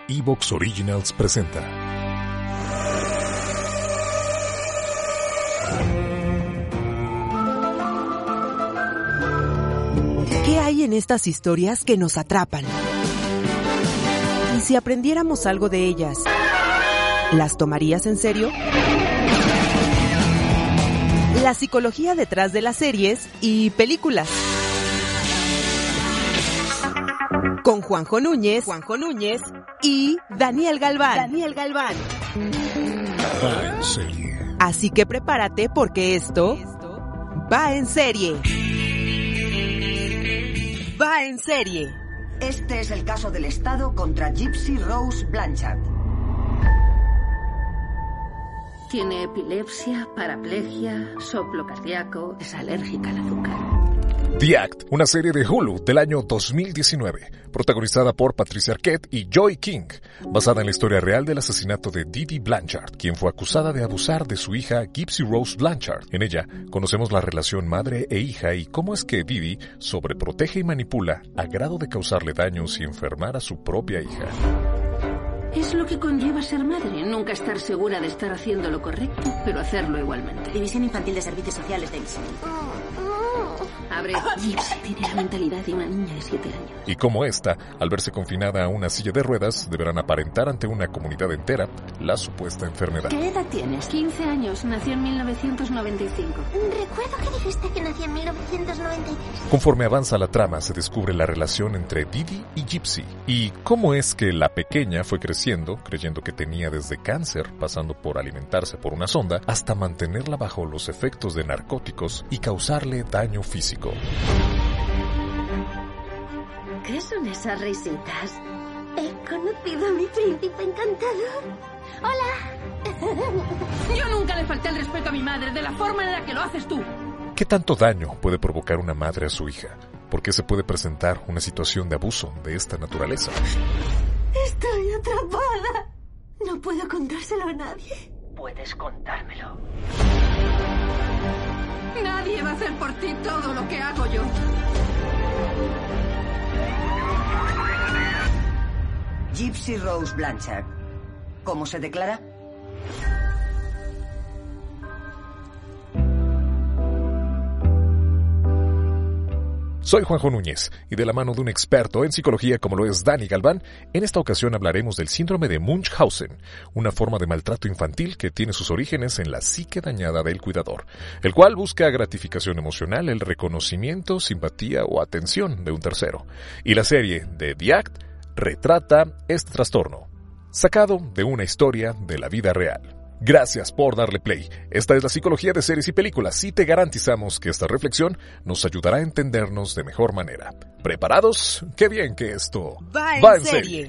Evox Originals presenta. ¿Qué hay en estas historias que nos atrapan? ¿Y si aprendiéramos algo de ellas, las tomarías en serio? La psicología detrás de las series y películas. Con Juanjo Núñez y Daniel Galván. Va en serie. Así que prepárate porque esto va en serie. Va en serie. Este es el caso del Estado contra Gypsy Rose Blanchard. Tiene epilepsia, paraplegia, soplo cardíaco, es alérgica al azúcar. The Act, una serie de Hulu del año 2019, protagonizada por Patricia Arquette y Joey King, basada en la historia real del asesinato de Dee Dee Blanchard, quien fue acusada de abusar de su hija Gypsy Rose Blanchard. En ella, conocemos la relación madre e hija y cómo es que Dee Dee sobreprotege y manipula a grado de causarle daños y enfermar a su propia hija. Es lo que conlleva ser madre, nunca estar segura de estar haciendo lo correcto, pero hacerlo igualmente. División Infantil de Servicios Sociales de Gypsy. Abre. Gypsy tiene la mentalidad de una niña de 7 años. Y como esta, al verse confinada a una silla de ruedas, deberán aparentar ante una comunidad entera la supuesta enfermedad. ¿Qué edad tienes? 15 años, nació en 1995. Recuerdo que dijiste que nació en 1993. Conforme avanza la trama, se descubre la relación entre Dee Dee y Gypsy, y cómo es que la pequeña fue creciendo, creyendo que tenía desde cáncer, pasando por alimentarse por una sonda, hasta mantenerla bajo los efectos de narcóticos y causarle daño físico. ¿Qué son esas risitas? He conocido a mi príncipe encantador. ¡Hola! Yo nunca le falté el respeto a mi madre de la forma en la que lo haces tú. ¿Qué tanto daño puede provocar una madre a su hija? ¿Por qué se puede presentar una situación de abuso de esta naturaleza? Estoy atrapada. No puedo contárselo a nadie. Puedes contármelo. Nadie va a hacer por ti todo lo que hago yo. Gypsy Rose Blanchard. ¿Cómo se declara? Soy Juanjo Núñez, y de la mano de un experto en psicología como lo es Dani Galván, en esta ocasión hablaremos del síndrome de Munchausen, una forma de maltrato infantil que tiene sus orígenes en la psique dañada del cuidador, el cual busca gratificación emocional, el reconocimiento, simpatía o atención de un tercero. Y la serie de The Act retrata este trastorno, sacado de una historia de la vida real. Gracias por darle play. Esta es la psicología de series y películas y te garantizamos que esta reflexión nos ayudará a entendernos de mejor manera. ¿Preparados? ¡Qué bien que esto Va en serie!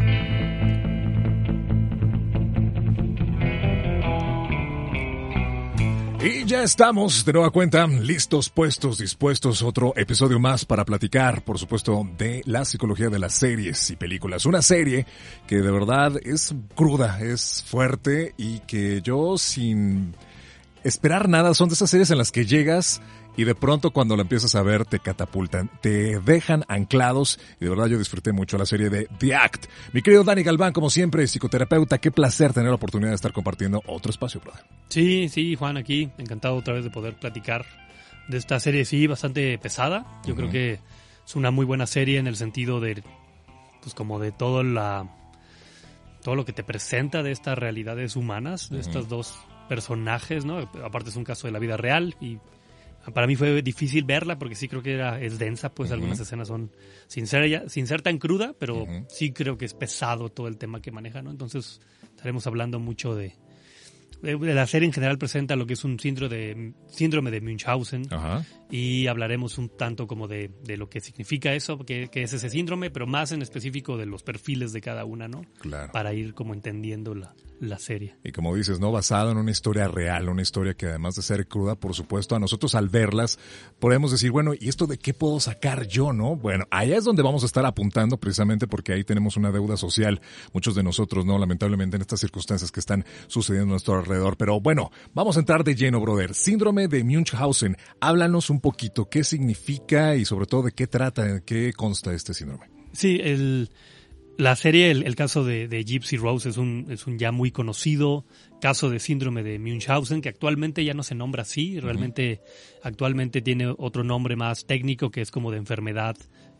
Y ya estamos de nueva cuenta, listos, puestos, dispuestos, otro episodio más para platicar, por supuesto, de la psicología de las series y películas. Una serie que de verdad es cruda, es fuerte y que yo sin esperar nada, son de esas series en las que llegas y de pronto cuando la empiezas a ver te catapultan, te dejan anclados y de verdad yo disfruté mucho la serie de The Act. Mi querido Dani Galván, como siempre, psicoterapeuta, qué placer tener la oportunidad de estar compartiendo otro espacio, brother. Sí, Juan, aquí, encantado otra vez de poder platicar de esta serie, sí, bastante pesada. Yo creo que es una muy buena serie en el sentido de, pues como de todo lo que te presenta de estas realidades humanas, de estos dos personajes, ¿no? Aparte es un caso de la vida real y para mí fue difícil verla porque sí creo que es densa, pues algunas escenas son sin ser tan cruda, pero sí creo que es pesado todo el tema que maneja, ¿no? Entonces estaremos hablando mucho de la serie en general presenta lo que es un síndrome de Munchausen. Ajá. Y hablaremos un tanto como de lo que significa eso, que es ese síndrome, pero más en específico de los perfiles de cada una, ¿no? Claro. Para ir como entendiendo la serie. Y como dices, ¿no? Basado en una historia real, una historia que además de ser cruda, por supuesto, a nosotros al verlas podemos decir, bueno, ¿y esto de qué puedo sacar yo, no? Bueno, allá es donde vamos a estar apuntando precisamente porque ahí tenemos una deuda social, muchos de nosotros, ¿no? Lamentablemente en estas circunstancias que están sucediendo a nuestro alrededor. Pero bueno, vamos a entrar de lleno, brother. Síndrome de Munchausen. Háblanos un poquito qué significa y sobre todo de qué trata, en qué consta este síndrome. Sí, La serie, el caso de Gypsy Rose es un ya muy conocido caso de síndrome de Munchausen, que actualmente ya no se nombra así, realmente actualmente tiene otro nombre más técnico que es como de enfermedad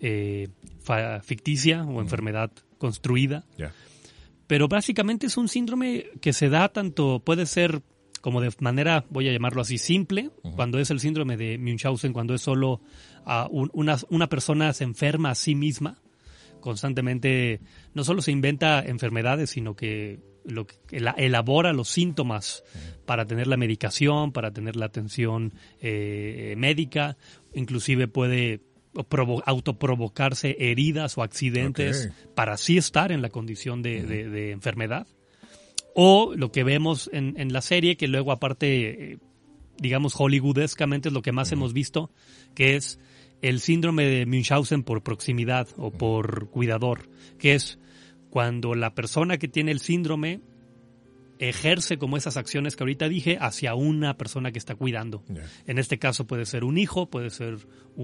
ficticia o enfermedad construida. Yeah. Pero básicamente es un síndrome que se da tanto, puede ser como de manera, voy a llamarlo así, simple, cuando es el síndrome de Munchausen, cuando es solo una persona se enferma a sí misma, constantemente no solo se inventa enfermedades, sino que elabora los síntomas para tener la medicación, para tener la atención médica, inclusive puede autoprovocarse heridas o accidentes para así estar en la condición de enfermedad. O lo que vemos en la serie, que luego aparte, digamos, hollywoodescamente es lo que más hemos visto, que es el síndrome de Munchausen por proximidad o por cuidador, que es cuando la persona que tiene el síndrome ejerce como esas acciones que ahorita dije hacia una persona que está cuidando. Yeah. En este caso puede ser un hijo, puede ser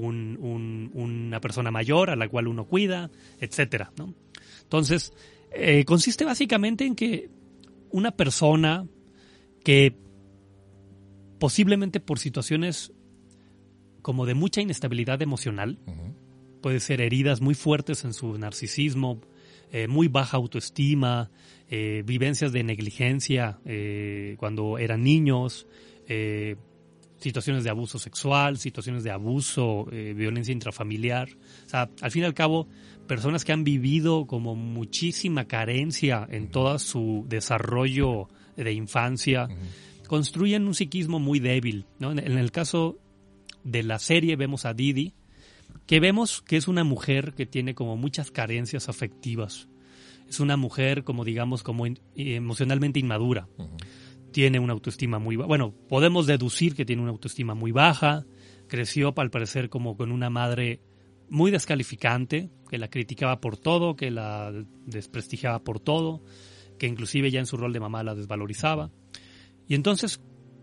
una persona mayor a la cual uno cuida, etcétera, ¿no? Entonces, consiste básicamente en que una persona que posiblemente por situaciones como de mucha inestabilidad emocional, puede ser heridas muy fuertes en su narcisismo, muy baja autoestima, vivencias de negligencia cuando eran niños, situaciones de abuso sexual, situaciones de abuso, violencia intrafamiliar. O sea, al fin y al cabo, personas que han vivido como muchísima carencia en todo su desarrollo de infancia, construyen un psiquismo muy débil, ¿no? En el caso de la serie vemos a Didi, que vemos que es una mujer que tiene como muchas carencias afectivas. Es una mujer como digamos como emocionalmente inmadura. Tiene una autoestima muy baja. Bueno, podemos deducir que tiene una autoestima muy baja. Creció al parecer como con una madre muy descalificante, que la criticaba por todo, que la desprestigiaba por todo, que inclusive ya en su rol de mamá la desvalorizaba. Y entonces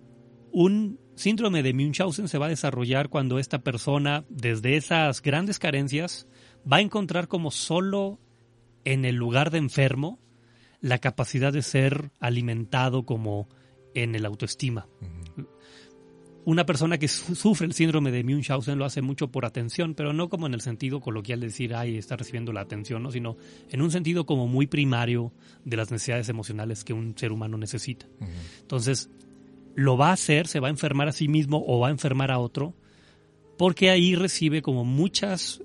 un síndrome de Munchausen se va a desarrollar cuando esta persona, desde esas grandes carencias, va a encontrar como solo en el lugar de enfermo la capacidad de ser alimentado como en el autoestima. Una persona que sufre el síndrome de Munchausen lo hace mucho por atención, pero no como en el sentido coloquial de decir, ay, está recibiendo la atención, ¿no? Sino en un sentido como muy primario de las necesidades emocionales que un ser humano necesita. Entonces, lo va a hacer, se va a enfermar a sí mismo o va a enfermar a otro, porque ahí recibe como muchas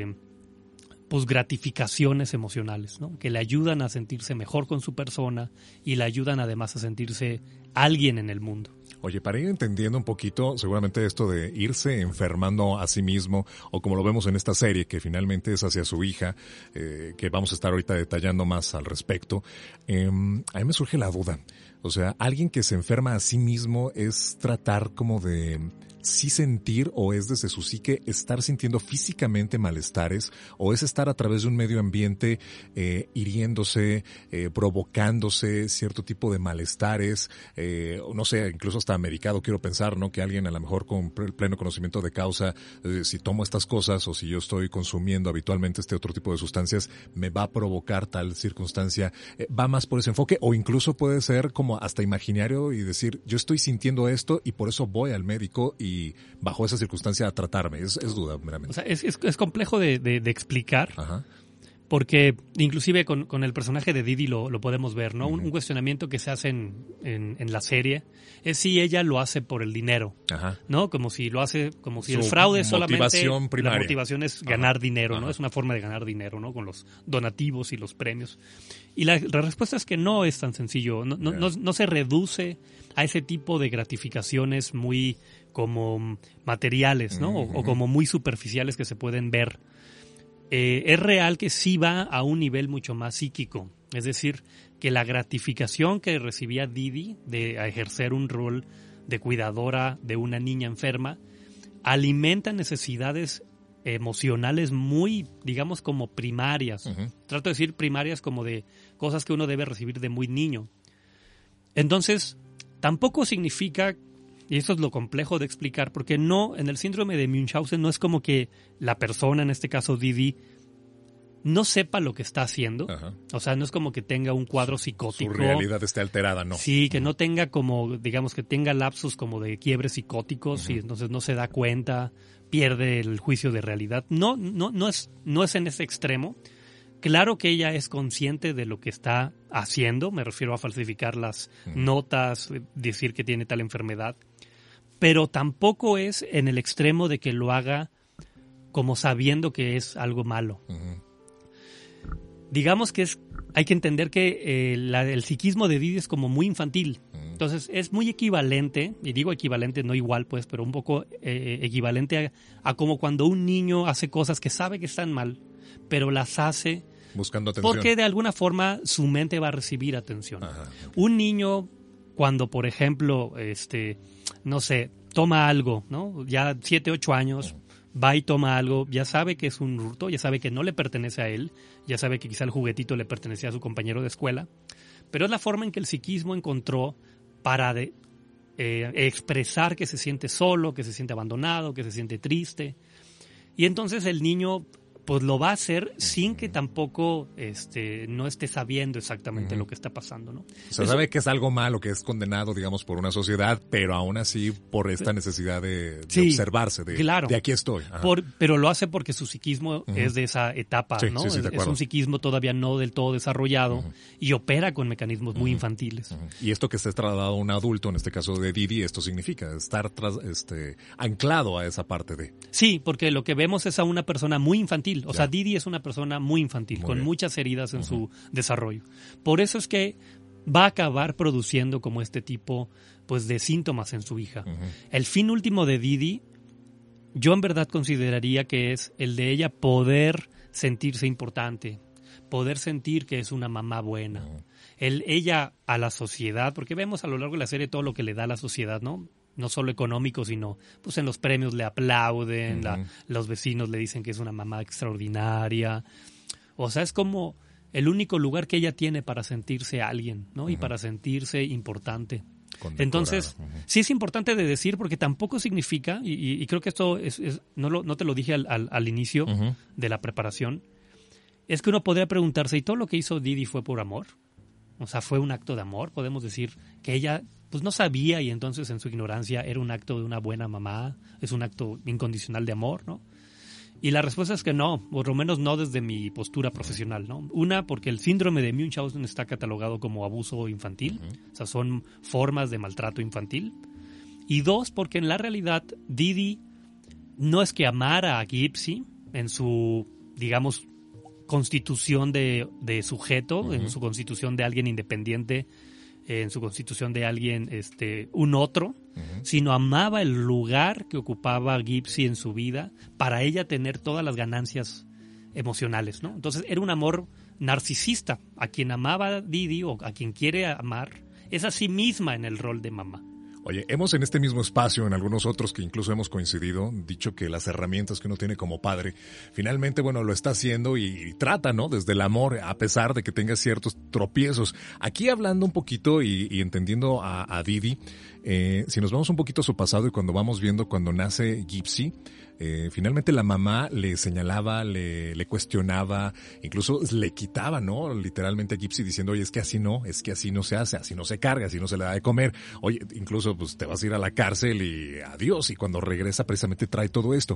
pues gratificaciones emocionales, ¿no? Que le ayudan a sentirse mejor con su persona y le ayudan además a sentirse alguien en el mundo. Oye, para ir entendiendo un poquito, seguramente esto de irse enfermando a sí mismo, o como lo vemos en esta serie, que finalmente es hacia su hija, que vamos a estar ahorita detallando más al respecto, a mí me surge la duda. O sea, alguien que se enferma a sí mismo es tratar como de sí sentir, o es desde su psique estar sintiendo físicamente malestares, o es estar a través de un medio ambiente hiriéndose, provocándose cierto tipo de malestares, no sé, incluso hasta medicado, quiero pensar, ¿no? Que alguien a lo mejor con pleno conocimiento de causa, si tomo estas cosas o si yo estoy consumiendo habitualmente este otro tipo de sustancias, me va a provocar tal circunstancia, va más por ese enfoque, o incluso puede ser como hasta imaginario y decir, yo estoy sintiendo esto y por eso voy al médico y bajo esa circunstancia a tratarme. Es duda, meramente. O sea, es complejo de explicar. Ajá. Porque inclusive con el personaje de Didi lo podemos ver, ¿no? Un cuestionamiento que se hace en la serie es si ella lo hace por el dinero, ¿no? Como si lo hace, como si el fraude solamente, primaria. La motivación es ganar dinero, ¿no? Es una forma de ganar dinero, ¿no? Con los donativos y los premios. Y la respuesta es que no es tan sencillo, no se reduce a ese tipo de gratificaciones muy como materiales, ¿no? O como muy superficiales que se pueden ver. Es real que sí va a un nivel mucho más psíquico. Es decir, que la gratificación que recibía Didi de ejercer un rol de cuidadora de una niña enferma alimenta necesidades emocionales muy, digamos, como primarias. Trato de decir primarias como de cosas que uno debe recibir de muy niño. Entonces, tampoco significa, y eso es lo complejo de explicar, porque no, en el síndrome de Munchausen no es como que la persona, en este caso Didi, no sepa lo que está haciendo. Ajá. O sea, no es como que tenga un cuadro psicótico. Su realidad esté alterada, ¿no? Sí, que no tenga como, digamos, que tenga lapsos como de quiebres psicóticos y entonces no se da cuenta, pierde el juicio de realidad. No es en ese extremo. Claro que ella es consciente de lo que está haciendo, me refiero a falsificar las notas, decir que tiene tal enfermedad, pero tampoco es en el extremo de que lo haga como sabiendo que es algo malo. Digamos que hay que entender que el psiquismo de Didi es como muy infantil. Entonces es muy equivalente, y digo equivalente, no igual pues, pero un poco equivalente a como cuando un niño hace cosas que sabe que están mal, pero las hace buscando atención. Porque de alguna forma su mente va a recibir atención. Ajá. Un niño cuando, por ejemplo, no sé, toma algo, ¿no? Ya 7, 8 años, va y toma algo, ya sabe que es un hurto, ya sabe que no le pertenece a él, ya sabe que quizá el juguetito le pertenecía a su compañero de escuela, pero es la forma en que el psiquismo encontró para expresar que se siente solo, que se siente abandonado, que se siente triste. Y entonces el niño pues lo va a hacer sin que tampoco no esté sabiendo exactamente lo que está pasando, ¿no? O sea, sabe que es algo malo, que es condenado, digamos, por una sociedad, pero aún así por esta necesidad de observarse, claro, de aquí estoy. Pero lo hace porque su psiquismo es de esa etapa, ¿no? Sí, es un psiquismo todavía no del todo desarrollado y opera con mecanismos muy infantiles. Y esto que esté trasladado a un adulto, en este caso de Didi, esto significa estar anclado a esa parte de... Sí, porque lo que vemos es a una persona muy infantil. O sea, Didi es una persona muy infantil, con muchas heridas en su desarrollo. Por eso es que va a acabar produciendo como este tipo pues, de síntomas en su hija. El fin último de Didi, yo en verdad consideraría que es el de ella poder sentirse importante, poder sentir que es una mamá buena. Ella a la sociedad, porque vemos a lo largo de la serie todo lo que le da a la sociedad, ¿no? No solo económico, sino pues en los premios le aplauden, los vecinos le dicen que es una mamá extraordinaria. O sea, es como el único lugar que ella tiene para sentirse alguien, ¿no? Y para sentirse importante. Entonces, sí es importante de decir porque tampoco significa, y creo que esto no te lo dije al inicio de la preparación, es que uno podría preguntarse, ¿y todo lo que hizo Didi fue por amor? O sea, ¿fue un acto de amor? Podemos decir que ella pues no sabía y entonces en su ignorancia era un acto de una buena mamá, es un acto incondicional de amor, ¿no? Y la respuesta es que no, por lo menos no desde mi postura profesional, ¿no? Una, porque el síndrome de Munchausen está catalogado como abuso infantil, o sea, son formas de maltrato infantil. Y dos, porque en la realidad Didi no es que amara a Gypsy en su, digamos, constitución de sujeto, en su constitución de alguien independiente, en su constitución de alguien, un otro, sino amaba el lugar que ocupaba Gypsy en su vida para ella tener todas las ganancias emocionales, ¿no? Entonces era un amor narcisista. A quien amaba Didi o a quien quiere amar es a sí misma en el rol de mamá. Oye, hemos en este mismo espacio, en algunos otros que incluso hemos coincidido, dicho que las herramientas que uno tiene como padre, finalmente, bueno, lo está haciendo y trata, ¿no? Desde el amor, a pesar de que tenga ciertos tropiezos. Aquí hablando un poquito y entendiendo a Didi, si nos vamos un poquito a su pasado y cuando vamos viendo cuando nace Gypsy, finalmente la mamá le señalaba, le cuestionaba, incluso le quitaba, ¿no? Literalmente a Gypsy diciendo, oye, es que así no se hace, así no se carga, así no se le da de comer. Oye, incluso pues te vas a ir a la cárcel y adiós. Y cuando regresa precisamente trae todo esto.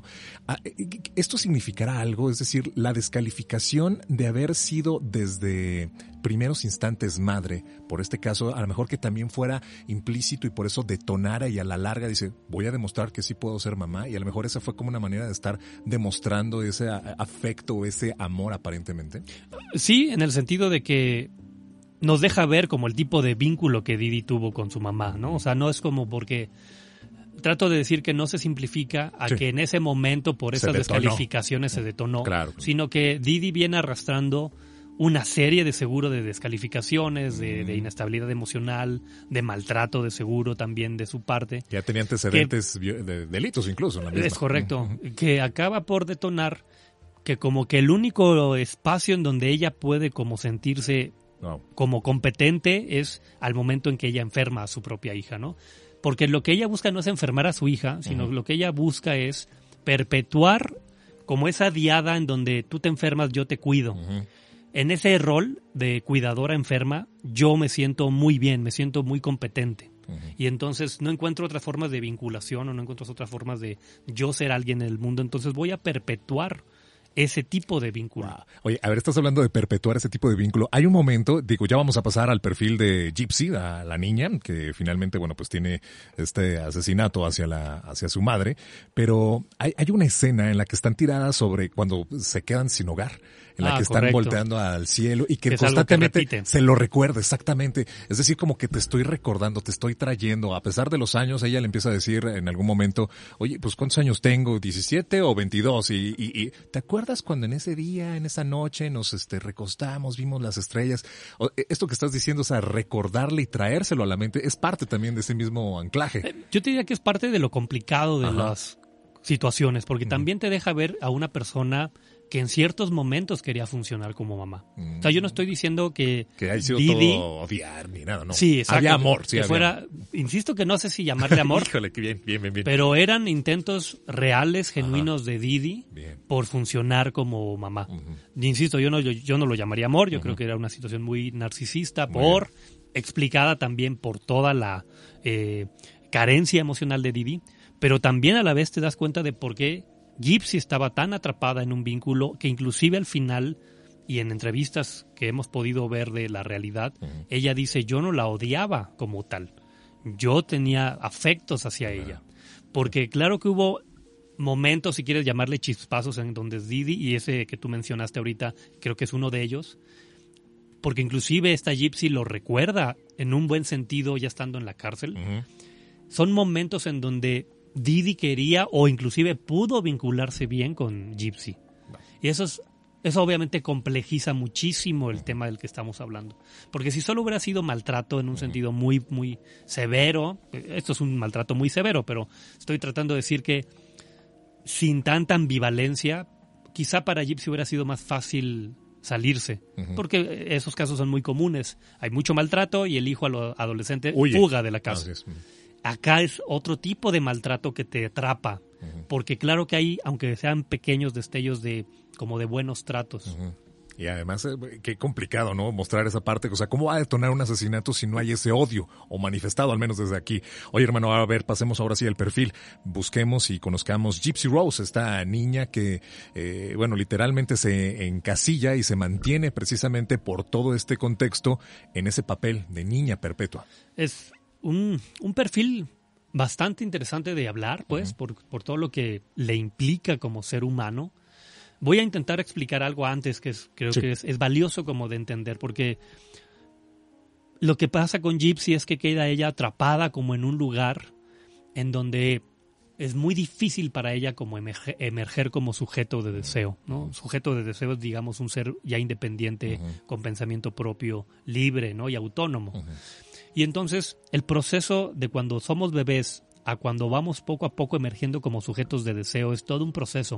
¿Esto significará algo? Es decir, la descalificación de haber sido desde primeros instantes madre, por este caso, a lo mejor que también fuera implícito y por eso detonara y a la larga dice, voy a demostrar que sí puedo ser mamá, y a lo mejor esa fue como una manera de estar demostrando ese afecto, ese amor aparentemente. Sí, en el sentido de que nos deja ver como el tipo de vínculo que Didi tuvo con su mamá, ¿no? O sea, no es como porque... Trato de decir que no se simplifica a que en ese momento por esas descalificaciones se detonó, claro, sino que Didi viene arrastrando una serie de seguro de descalificaciones, de inestabilidad emocional, de maltrato de seguro también de su parte. Ya tenía antecedentes de delitos incluso. En la misma. Es correcto, que acaba por detonar que como que el único espacio en donde ella puede como sentirse como competente es al momento en que ella enferma a su propia hija, ¿no? Porque lo que ella busca no es enfermar a su hija, sino lo que ella busca es perpetuar como esa diada en donde tú te enfermas, yo te cuido. Ujú. En ese rol de cuidadora enferma, yo me siento muy bien, me siento muy competente. Ujú. Y entonces no encuentro otras formas de vinculación o no encuentro otras formas de yo ser alguien en el mundo. Entonces voy a perpetuar ese tipo de vínculo. Wow. Oye, a ver, estás hablando de perpetuar ese tipo de vínculo. Hay un momento, digo, ya vamos a pasar al perfil de Gypsy, a la niña, que finalmente, bueno, pues tiene este asesinato hacia su madre, pero hay una escena en la que están tiradas sobre cuando se quedan sin hogar, en la que están correcto. volteando al cielo y que Que es algo que constantemente repite. se lo recuerda, exactamente. Es decir, como que te estoy recordando, te estoy trayendo. A pesar de los años, ella le empieza a decir en algún momento, oye, pues ¿cuántos años tengo? ¿17 o 22? Y ¿te acuerdas cuando en ese día, en esa noche, nos recostamos, vimos las estrellas? Esto que estás diciendo, o sea, recordarle y traérselo a la mente, es parte también de ese mismo anclaje. Yo te diría que es parte de lo complicado de Ajá. las situaciones, porque también te deja ver a una persona que en ciertos momentos quería funcionar como mamá. O sea, yo no estoy diciendo que haya sido Didi, todo odiar ni nada, ¿no? sí, exacto, Había amor, sí. que había fuera, amor. insisto que no sé si llamarle amor, Híjole, qué bien, bien, bien, bien. pero eran intentos reales, genuinos de Didi Bien. por funcionar como mamá. Ujú. Insisto, yo no lo llamaría amor, yo creo que era una situación muy narcisista, Muy explicada también por toda la carencia emocional de Didi, pero también a la vez te das cuenta de por qué Gypsy estaba tan atrapada en un vínculo que inclusive al final y en entrevistas que hemos podido ver de la realidad, ella dice, yo no la odiaba como tal, yo tenía afectos hacia ella, porque claro que hubo momentos, si quieres llamarle chispazos, en donde Didi, y ese que tú mencionaste ahorita, creo que es uno de ellos, porque inclusive esta Gypsy lo recuerda en un buen sentido ya estando en la cárcel. Ujú. Son momentos en donde Didi quería o inclusive pudo vincularse bien con Gypsy. Y eso obviamente complejiza muchísimo el tema del que estamos hablando. Porque si solo hubiera sido maltrato en un sentido muy, muy severo, esto es un maltrato muy severo, pero estoy tratando de decir que sin tanta ambivalencia, quizá para Gypsy hubiera sido más fácil salirse, porque esos casos son muy comunes. Hay mucho maltrato y el hijo adolescente Huye. fuga de la casa. Así es. Acá es otro tipo de maltrato que te atrapa, porque claro que hay, aunque sean pequeños destellos de como de buenos tratos. Ujú. Y además, qué complicado, ¿no? Mostrar esa parte. O sea, ¿cómo va a detonar un asesinato si no hay ese odio? O manifestado, al menos desde aquí. Oye, hermano, a ver, pasemos ahora sí al perfil. Busquemos y conozcamos Gypsy Rose, esta niña que, bueno, literalmente se encasilla y se mantiene precisamente por todo este contexto en ese papel de niña perpetua. Es un perfil bastante interesante de hablar, pues, por todo lo que le implica como ser humano. Voy a intentar explicar algo antes que creo que es valioso como de entender, porque lo que pasa con Gypsy es que queda ella atrapada como en un lugar en donde es muy difícil para ella como emerger como sujeto de deseo, ¿no? Sujeto de deseo es, digamos, un ser ya independiente, con pensamiento propio, libre, ¿no? Y autónomo. Y entonces el proceso de cuando somos bebés a cuando vamos poco a poco emergiendo como sujetos de deseo es todo un proceso.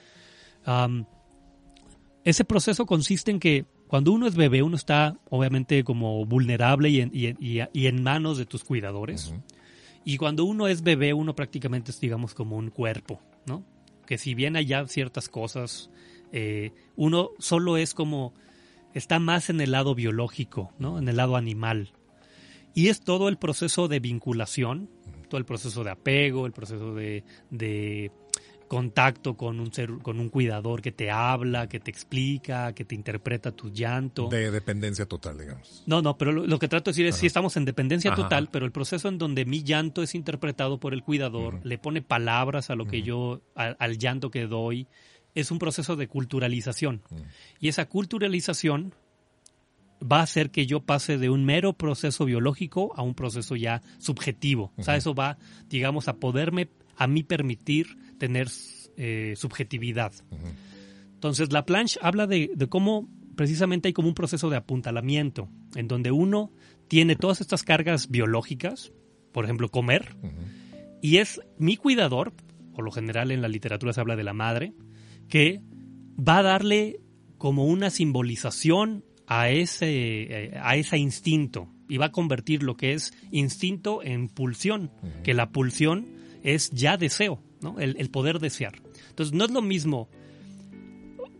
Ese proceso consiste en que cuando uno es bebé, uno está obviamente como vulnerable y en manos de tus cuidadores. Y cuando uno es bebé, uno prácticamente es, digamos, como un cuerpo, ¿no? Que si bien hay ya ciertas cosas, uno solo es como, está más en el lado biológico, ¿no? En el lado animal. Y es todo el proceso de vinculación, todo el proceso de apego, el proceso de contacto con un ser, con un cuidador que te habla, que te explica, que te interpreta tu llanto. De dependencia total, digamos. No, pero lo que trato de decir es sí estamos en dependencia total, Ajá. pero el proceso en donde mi llanto es interpretado por el cuidador, le pone palabras a lo que yo, al llanto que doy, es un proceso de culturalización. Y esa culturalización va a hacer que yo pase de un mero proceso biológico a un proceso ya subjetivo. O sea, eso va, digamos, a poderme, a mí permitir tener subjetividad. Entonces, la planche habla de cómo precisamente hay como un proceso de apuntalamiento, en donde uno tiene todas estas cargas biológicas, por ejemplo, comer, y es mi cuidador, por lo general en la literatura se habla de la madre, que va a darle como una simbolización a ese instinto y va a convertir lo que es instinto en pulsión, que la pulsión es ya deseo, ¿no? El poder desear. Entonces no es lo mismo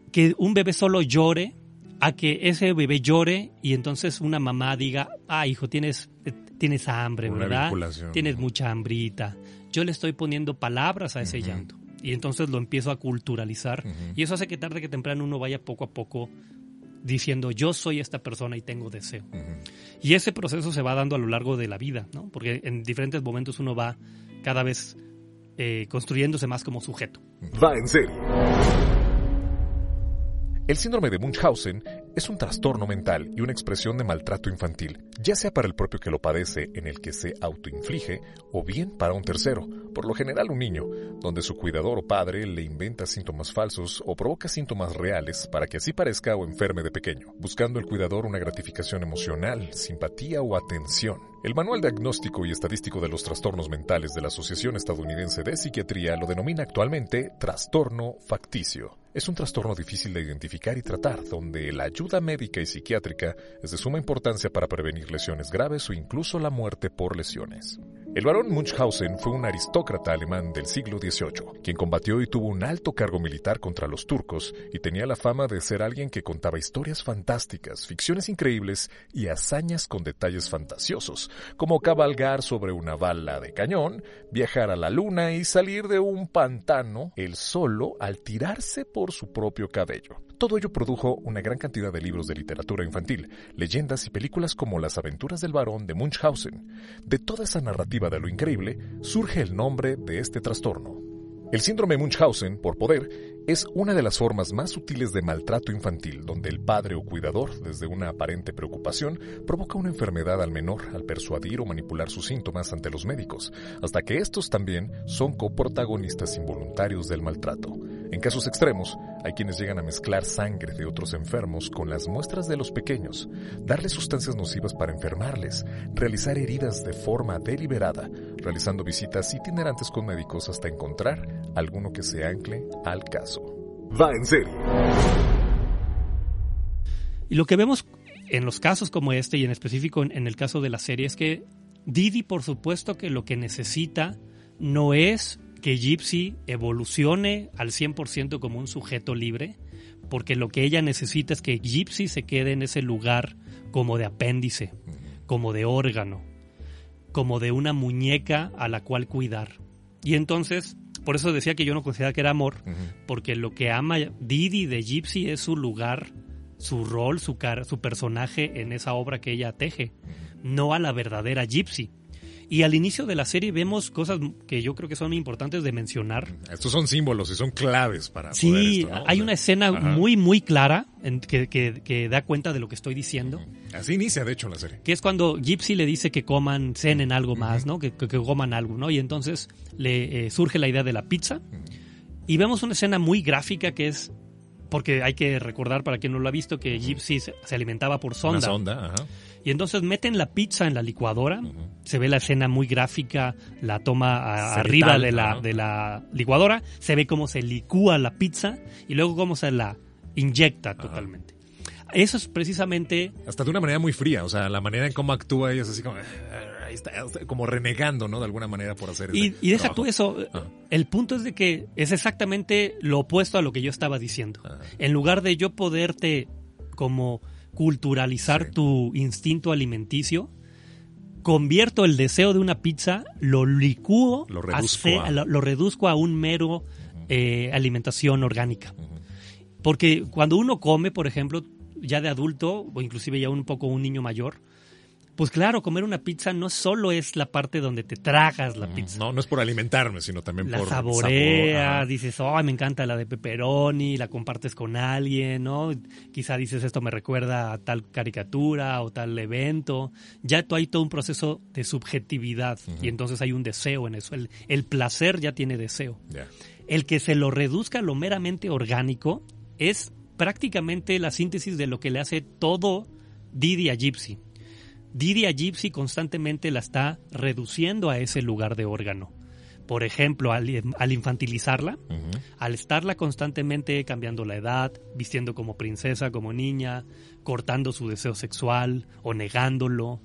que un bebé solo llore a que ese bebé llore y entonces una mamá diga, hijo, tienes hambre, una ¿verdad? vinculación. Tienes mucha hambrita. Yo le estoy poniendo palabras a ese llanto. Y entonces lo empiezo a culturalizar. Y eso hace que tarde que temprano uno vaya poco a poco diciendo, yo soy esta persona y tengo deseo. Y ese proceso se va dando a lo largo de la vida, ¿no? Porque en diferentes momentos uno va cada vez construyéndose más como sujeto. Va en serio. El síndrome de Munchausen es un trastorno mental y una expresión de maltrato infantil, ya sea para el propio que lo padece, en el que se autoinflige, o bien para un tercero, por lo general un niño, donde su cuidador o padre le inventa síntomas falsos o provoca síntomas reales para que así parezca o enferme de pequeño, buscando el cuidador una gratificación emocional, simpatía o atención. El Manual Diagnóstico y Estadístico de los Trastornos Mentales de la Asociación Estadounidense de Psiquiatría lo denomina actualmente trastorno facticio. Es un trastorno difícil de identificar y tratar, donde la ayuda médica y psiquiátrica es de suma importancia para prevenir lesiones graves o incluso la muerte por lesiones. El barón Munchausen fue un aristócrata alemán del siglo XVIII, quien combatió y tuvo un alto cargo militar contra los turcos y tenía la fama de ser alguien que contaba historias fantásticas, ficciones increíbles y hazañas con detalles fantasiosos, como cabalgar sobre una bala de cañón, viajar a la luna y salir de un pantano él solo al tirarse por su propio cabello. Todo ello produjo una gran cantidad de libros de literatura infantil, leyendas y películas como Las aventuras del barón de Munchausen. De toda esa narrativa de lo increíble, surge el nombre de este trastorno. El síndrome Munchausen, por poder, es una de las formas más sutiles de maltrato infantil, donde el padre o cuidador, desde una aparente preocupación, provoca una enfermedad al menor al persuadir o manipular sus síntomas ante los médicos, hasta que estos también son coprotagonistas involuntarios del maltrato. En casos extremos, hay quienes llegan a mezclar sangre de otros enfermos con las muestras de los pequeños, darles sustancias nocivas para enfermarles, realizar heridas de forma deliberada, realizando visitas itinerantes con médicos hasta encontrar alguno que se ancle al caso. Va en serio. Y lo que vemos en los casos como este y en específico en el caso de la serie es que Didi, por supuesto que lo que necesita no es que Gypsy evolucione al 100% como un sujeto libre, porque lo que ella necesita es que Gypsy se quede en ese lugar como de apéndice, como de órgano, como de una muñeca a la cual cuidar. Y entonces, por eso decía que yo no consideraba que era amor, porque lo que ama Didi de Gypsy es su lugar, su rol, su personaje en esa obra que ella teje, no a la verdadera Gypsy. Y al inicio de la serie vemos cosas que yo creo que son importantes de mencionar. Estos son símbolos y son claves para sí, poder esto, ¿no? Hay una escena muy, muy clara que da cuenta de lo que estoy diciendo. Así inicia, de hecho, la serie. Que es cuando Gypsy le dice que coman, cenen algo más, ¿no? Que coman algo, ¿no? Y entonces le surge la idea de la pizza. Y vemos una escena muy gráfica que es... Porque hay que recordar, para quien no lo ha visto, que Gypsy se alimentaba por sonda. Una sonda, ajá. Y entonces meten la pizza en la licuadora, se ve la escena muy gráfica, la toma arriba de la licuadora, se ve cómo se licúa la pizza y luego cómo se la inyecta totalmente. Eso es precisamente... Hasta de una manera muy fría, o sea, la manera en cómo actúa ella es así como... Ahí está, como renegando, ¿no? De alguna manera por hacer y deja trabajo. tú eso, el punto es de que es exactamente lo opuesto a lo que yo estaba diciendo. En lugar de yo poderte como culturalizar tu instinto alimenticio, convierto el deseo de una pizza, lo licúo, lo reduzco a un mero alimentación orgánica. Porque cuando uno come, por ejemplo, ya de adulto, o inclusive ya un poco un niño mayor, pues claro, comer una pizza no solo es la parte donde te tragas la pizza. No es por alimentarme, sino también la por saboreas, sabor. Dices, me encanta la de pepperoni, la compartes con alguien, ¿no? Quizá dices, esto me recuerda a tal caricatura o tal evento. Ya hay todo un proceso de subjetividad y entonces hay un deseo en eso. El placer ya tiene deseo. Yeah. El que se lo reduzca a lo meramente orgánico es prácticamente la síntesis de lo que le hace todo Didi a Gypsy. Didi a Gypsy constantemente la está reduciendo a ese lugar de órgano. Por ejemplo, al infantilizarla, al estarla constantemente cambiando la edad, vistiendo como princesa, como niña, cortando su deseo sexual o negándolo,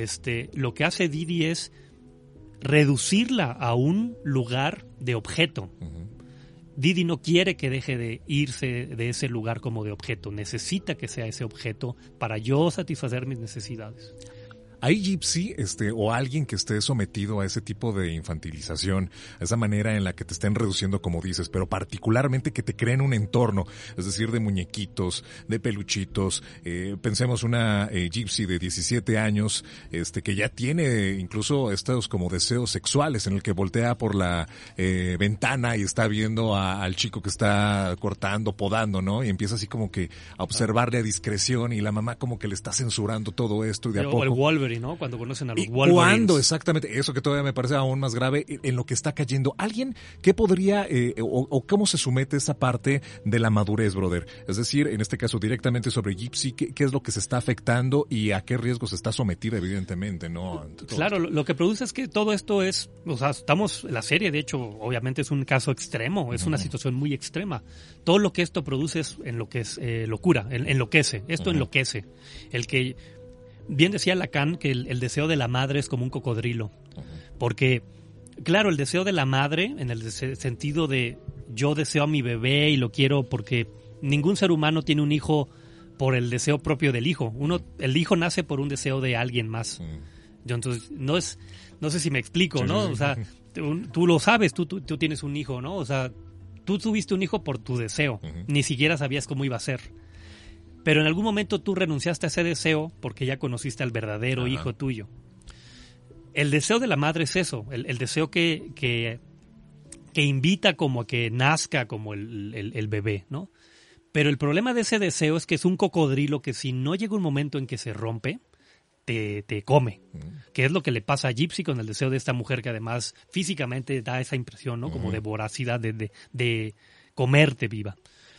lo que hace Didi es reducirla a un lugar de objeto. Didi no quiere que deje de irse de ese lugar como de objeto. Necesita que sea ese objeto para yo satisfacer mis necesidades. ¿Hay Gypsy o alguien que esté sometido a ese tipo de infantilización, a esa manera en la que te estén reduciendo, como dices, pero particularmente que te creen un entorno, es decir, de muñequitos, de peluchitos? Pensemos una Gypsy de 17 años que ya tiene incluso estos como deseos sexuales, en el que voltea por la ventana y está viendo al chico que está cortando, podando, ¿no? Y empieza así como que a observarle a discreción, y la mamá como que le está censurando todo esto, y de a poco... El Wolverine, ¿no? Cuando conocen a los ¿Y Wolverines. cuándo exactamente? Eso que todavía me parece aún más grave, en lo que está cayendo. ¿Alguien que podría, o cómo se somete esa parte de la madurez, brother? Es decir, en este caso directamente sobre Gypsy, ¿qué es lo que se está afectando y a qué riesgos está sometida, evidentemente, ¿no? Claro, lo que produce es que todo esto es, o sea, la serie, de hecho, obviamente es un caso extremo, es una situación muy extrema. Todo lo que esto produce es en lo que es locura, enloquece. Esto enloquece. El que... Bien decía Lacan que el deseo de la madre es como un cocodrilo, porque, claro, el deseo de la madre, en el sentido de yo deseo a mi bebé y lo quiero porque ningún ser humano tiene un hijo por el deseo propio del hijo. El hijo nace por un deseo de alguien más. Entonces, no sé si me explico, ¿no? O sea, tú lo sabes, tú tienes un hijo, ¿no? O sea, tú tuviste un hijo por tu deseo, ni siquiera sabías cómo iba a ser. Pero en algún momento tú renunciaste a ese deseo porque ya conociste al verdadero hijo tuyo. El deseo de la madre es eso, el deseo que invita como a que nazca como el bebé, ¿no? Pero el problema de ese deseo es que es un cocodrilo que si no llega un momento en que se rompe, te come. Que es lo que le pasa a Gypsy con el deseo de esta mujer, que además físicamente da esa impresión, ¿no? Como de voracidad, de comerte viva.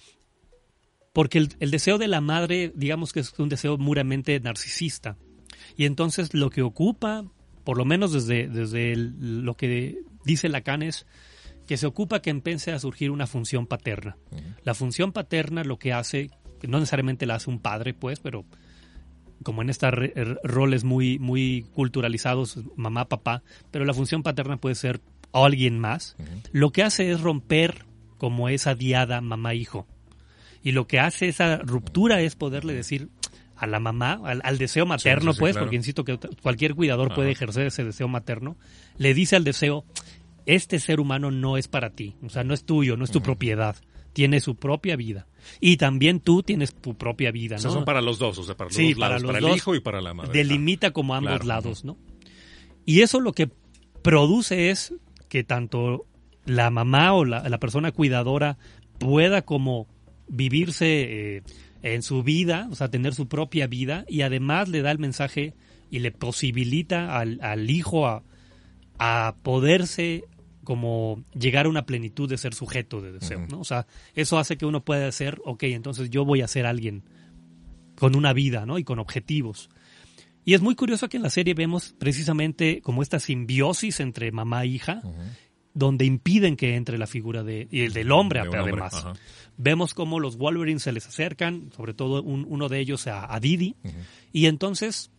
Porque el deseo de la madre, digamos que es un deseo puramente narcisista. Y entonces lo que ocupa, por lo menos desde lo que dice Lacan, es que se ocupa que empiece a surgir una función paterna. La función paterna lo que hace, no necesariamente la hace un padre, pues, pero como en estos roles muy, muy culturalizados, mamá, papá, pero la función paterna puede ser alguien más. Lo que hace es romper como esa diada mamá-hijo. Y lo que hace esa ruptura es poderle decir a la mamá, al deseo materno, sí, pues, claro. Porque insisto que cualquier cuidador puede ejercer ese deseo materno, le dice al deseo, este ser humano no es para ti, o sea, no es tuyo, no es tu propiedad, tiene su propia vida. Y también tú tienes tu propia vida, ¿no? O sea, son para los dos, o sea, para los dos lados, para el hijo y para la madre. Delimita como ambos lados, ¿no? Y eso lo que produce es que tanto la mamá o la persona cuidadora pueda como vivirse en su vida, o sea, tener su propia vida, y además le da el mensaje y le posibilita al hijo a poderse como llegar a una plenitud de ser sujeto de deseo, ¿no? O sea, eso hace que uno pueda decir, ok, entonces yo voy a ser alguien con una vida, ¿no? Y con objetivos. Y es muy curioso que en la serie vemos precisamente como esta simbiosis entre mamá e hija, donde impiden que entre la figura del hombre, además. Vemos cómo los Wolverines se les acercan, sobre todo uno de ellos a Didi, y entonces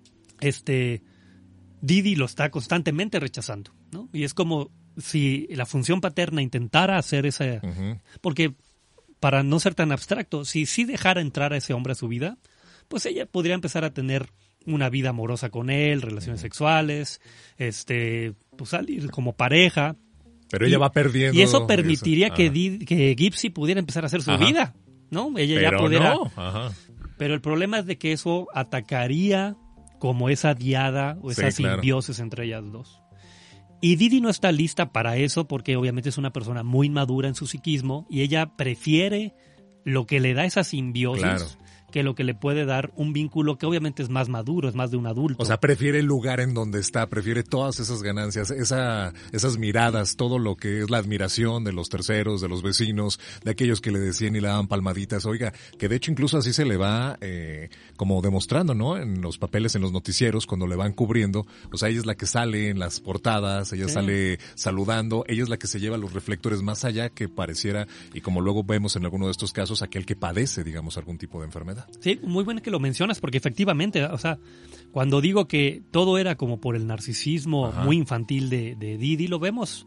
Didi lo está constantemente rechazando, ¿no? Y es como si la función paterna intentara hacer esa... Porque, para no ser tan abstracto, si sí dejara entrar a ese hombre a su vida, pues ella podría empezar a tener una vida amorosa con él, relaciones sexuales, pues salir como pareja. Pero ella va perdiendo. Y eso permitiría que Gypsy pudiera empezar a hacer su vida, ¿no? Ella ya pudiera. No. Pero el problema es de que eso atacaría como esa diada o esa simbiosis entre ellas dos. Y Didi no está lista para eso porque obviamente es una persona muy madura en su psiquismo y ella prefiere lo que le da esa simbiosis que lo que le puede dar un vínculo que obviamente es más maduro, es más de un adulto. O sea, prefiere el lugar en donde está, prefiere todas esas ganancias, esas miradas, todo lo que es la admiración de los terceros, de los vecinos, de aquellos que le decían y le daban palmaditas. Oiga, que de hecho incluso así se le va como demostrando, ¿no? En los papeles, en los noticieros, cuando le van cubriendo. O sea, ella es la que sale en las portadas, ella sale saludando, ella es la que se lleva los reflectores más allá que pareciera, y como luego vemos en alguno de estos casos, aquel que padece, digamos, algún tipo de enfermedad. Sí, muy bueno que lo mencionas porque efectivamente, o sea, cuando digo que todo era como por el narcisismo muy infantil de Didi, lo vemos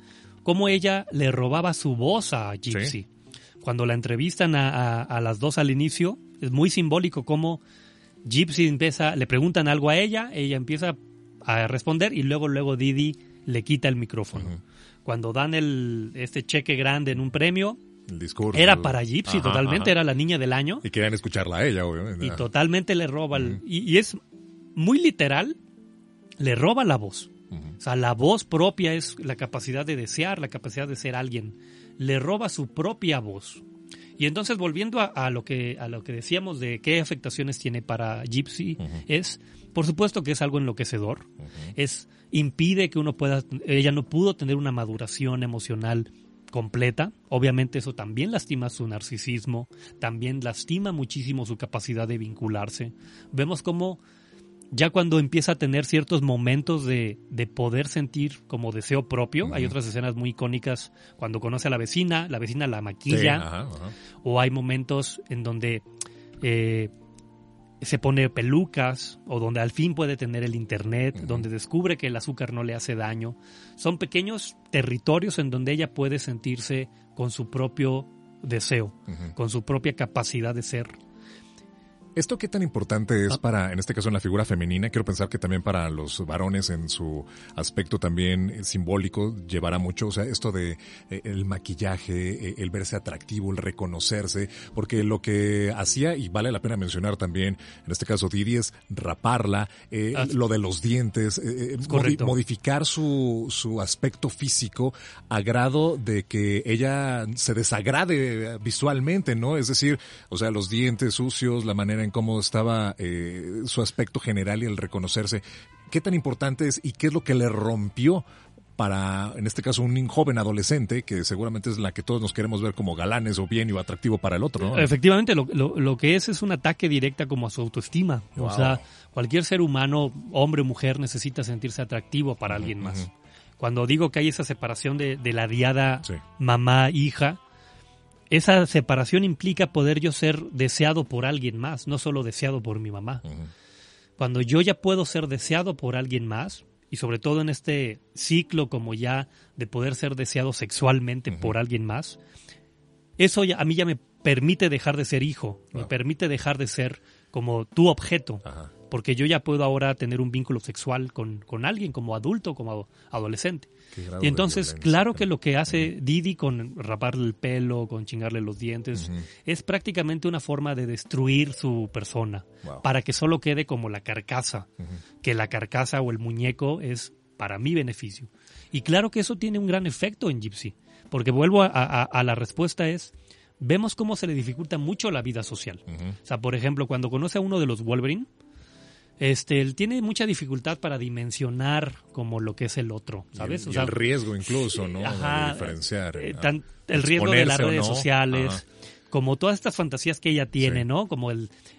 cómo ella le robaba su voz a Gypsy. Sí. Cuando la entrevistan a las dos al inicio, es muy simbólico cómo Gypsy le preguntan algo a ella empieza a responder y luego Didi le quita el micrófono. Uh-huh. Cuando dan este cheque grande en un premio, el discurso era para Gypsy, totalmente, era la niña del año. Y querían escucharla a ella, obviamente. Y totalmente le roba, y es muy literal, le roba la voz. Uh-huh. O sea, la voz propia es la capacidad de desear, la capacidad de ser alguien. Le roba su propia voz. Y entonces, volviendo a lo que decíamos de qué afectaciones tiene para Gypsy, por supuesto que es algo enloquecedor. Impide que ella no pudo tener una maduración emocional completa. Obviamente eso también lastima su narcisismo, también lastima muchísimo su capacidad de vincularse. Vemos cómo ya cuando empieza a tener ciertos momentos de poder sentir como deseo propio, hay otras escenas muy icónicas cuando conoce a la vecina la maquilla, o hay momentos en donde se pone pelucas, o donde al fin puede tener el internet, donde descubre que el azúcar no le hace daño. Son pequeños territorios en donde ella puede sentirse con su propio deseo, con su propia capacidad de ser. ¿Esto qué tan importante es para, en este caso, en la figura femenina? Quiero pensar que también para los varones en su aspecto también simbólico llevará mucho, o sea, esto de el maquillaje, el verse atractivo, el reconocerse, porque lo que hacía, y vale la pena mencionar también, en este caso Didi, es raparla, lo de los dientes, modificar su aspecto físico a grado de que ella se desagrade visualmente, ¿no? Es decir, o sea, los dientes sucios, la manera en cómo estaba su aspecto general y el reconocerse. ¿Qué tan importante es y qué es lo que le rompió para, en este caso, un joven adolescente, que seguramente es la que todos nos queremos ver como galanes o bien o atractivo para el otro, ¿no? Efectivamente, lo que es un ataque directa como a su autoestima. Wow. O sea, cualquier ser humano, hombre o mujer, necesita sentirse atractivo para alguien más. Cuando digo que hay esa separación de la diada mamá-hija, esa separación implica poder yo ser deseado por alguien más, no solo deseado por mi mamá. Cuando yo ya puedo ser deseado por alguien más, y sobre todo en este ciclo como ya de poder ser deseado sexualmente por alguien más, eso a mí ya me permite dejar de ser hijo, me permite dejar de ser como tu objeto, porque yo ya puedo ahora tener un vínculo sexual con alguien como adulto, como adolescente. Y entonces, claro que lo que hace Didi con raparle el pelo, con chingarle los dientes, es prácticamente una forma de destruir su persona, para que solo quede como la carcasa, que la carcasa o el muñeco es para mi beneficio. Y claro que eso tiene un gran efecto en Gypsy, porque vuelvo a la respuesta vemos cómo se le dificulta mucho la vida social. O sea, por ejemplo, cuando conoce a uno de los Wolverine, él tiene mucha dificultad para dimensionar como lo que es el otro, ¿sabes? Y el riesgo incluso, ¿no? De diferenciar. El riesgo de las redes sociales, como todas estas fantasías que ella tiene, ¿no? Como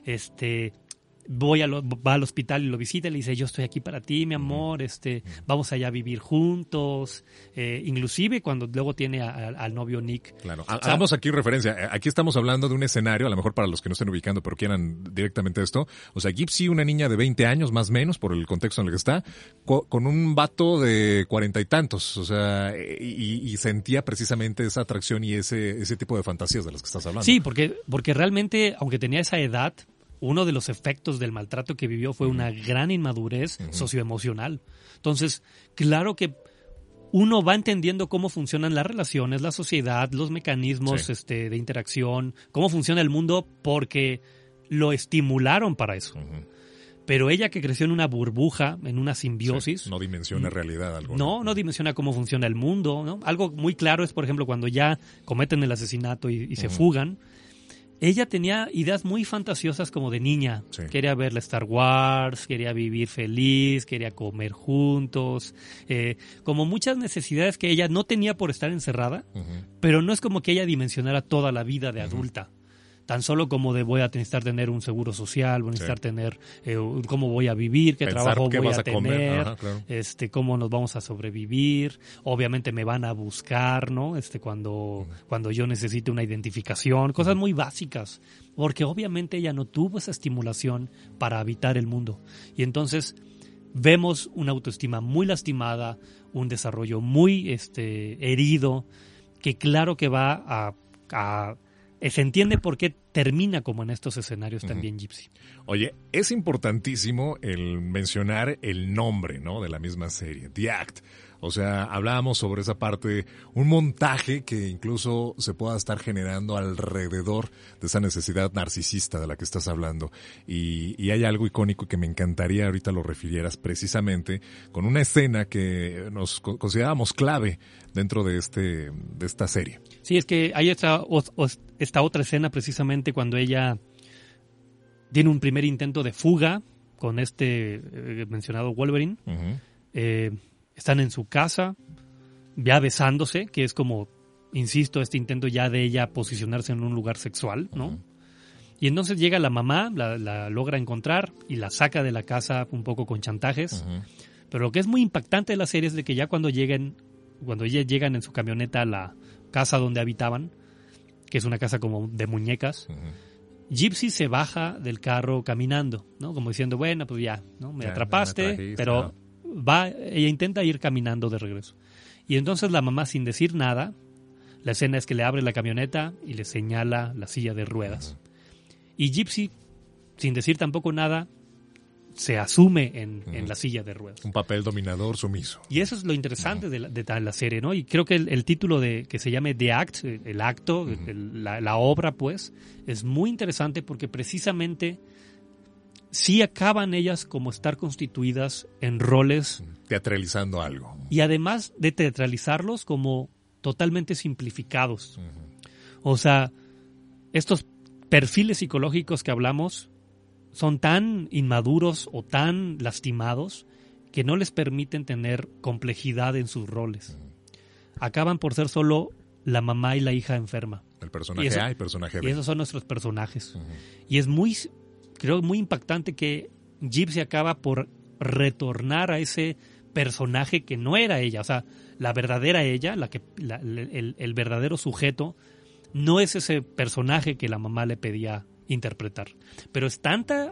va al hospital y lo visita y le dice, yo estoy aquí para ti, mi amor, vamos allá a vivir juntos, inclusive cuando luego tiene al novio Nick. Claro, hagamos aquí referencia, aquí estamos hablando de un escenario, a lo mejor para los que no estén ubicando pero quieran directamente esto, o sea, Gypsy, una niña de 20 años más o menos, por el contexto en el que está, con un vato de 40 y tantos, o sea, y sentía precisamente esa atracción y ese tipo de fantasías de las que estás hablando. Sí, porque realmente, aunque tenía esa edad, uno de los efectos del maltrato que vivió fue una gran inmadurez socioemocional. Entonces, claro que uno va entendiendo cómo funcionan las relaciones, la sociedad, los mecanismos de interacción, cómo funciona el mundo, porque lo estimularon para eso. Pero ella, que creció en una burbuja, en una simbiosis... no dimensiona realidad algo. No dimensiona cómo funciona el mundo, ¿no? Algo muy claro es, por ejemplo, cuando ya cometen el asesinato y se fugan. Ella tenía ideas muy fantasiosas como de niña. Quería ver la Star Wars, quería vivir feliz, quería comer juntos. Como muchas necesidades que ella no tenía por estar encerrada, pero no es como que ella dimensionara toda la vida de adulta. Tan solo como de voy a necesitar tener un seguro social, voy a necesitar tener cómo voy a vivir, qué trabajo voy a tener, cómo nos vamos a sobrevivir. Obviamente me van a buscar, ¿no? Cuando yo necesite una identificación, cosas muy básicas, porque obviamente ella no tuvo esa estimulación para habitar el mundo. Y entonces vemos una autoestima muy lastimada, un desarrollo muy herido, que claro que va se entiende por qué termina como en estos escenarios también Gypsy. Oye, es importantísimo el mencionar el nombre, ¿no?, de la misma serie, The Act. O sea, hablábamos sobre esa parte, un montaje que incluso se pueda estar generando alrededor de esa necesidad narcisista de la que estás hablando. Y hay algo icónico que me encantaría ahorita lo refirieras precisamente con una escena que nos considerábamos clave dentro de esta serie. Sí, es que hay esta otra escena precisamente cuando ella tiene un primer intento de fuga con mencionado Wolverine. Están en su casa, ya besándose, que es como, insisto, este intento ya de ella posicionarse en un lugar sexual, ¿no? Y entonces llega la mamá, la logra encontrar y la saca de la casa un poco con chantajes. Pero lo que es muy impactante de la serie es de que ya cuando ellas llegan en su camioneta a la casa donde habitaban, que es una casa como de muñecas, Gypsy se baja del carro caminando, ¿no? Como diciendo, bueno, pues ya, ¿no? Me atrapaste, pero ella intenta ir caminando de regreso. Y entonces la mamá, sin decir nada, la escena es que le abre la camioneta y le señala la silla de ruedas. Y Gypsy, sin decir tampoco nada, se asume en la silla de ruedas. Un papel dominador, sumiso. Y eso es lo interesante de la serie, ¿no? Y creo que el título que se llame The Act, el acto, la obra, pues, es muy interesante porque precisamente sí acaban ellas como estar constituidas en roles. Teatralizando algo. Y además de teatralizarlos como totalmente simplificados. O sea, estos perfiles psicológicos que hablamos son tan inmaduros o tan lastimados que no les permiten tener complejidad en sus roles. Acaban por ser solo la mamá y la hija enferma. El personaje A y personaje B. Y esos son nuestros personajes. Y es creo muy impactante que Gypsy acaba por retornar a ese personaje que no era ella. O sea, la verdadera ella, el verdadero sujeto, no es ese personaje que la mamá le pedía interpretar. Pero es tanta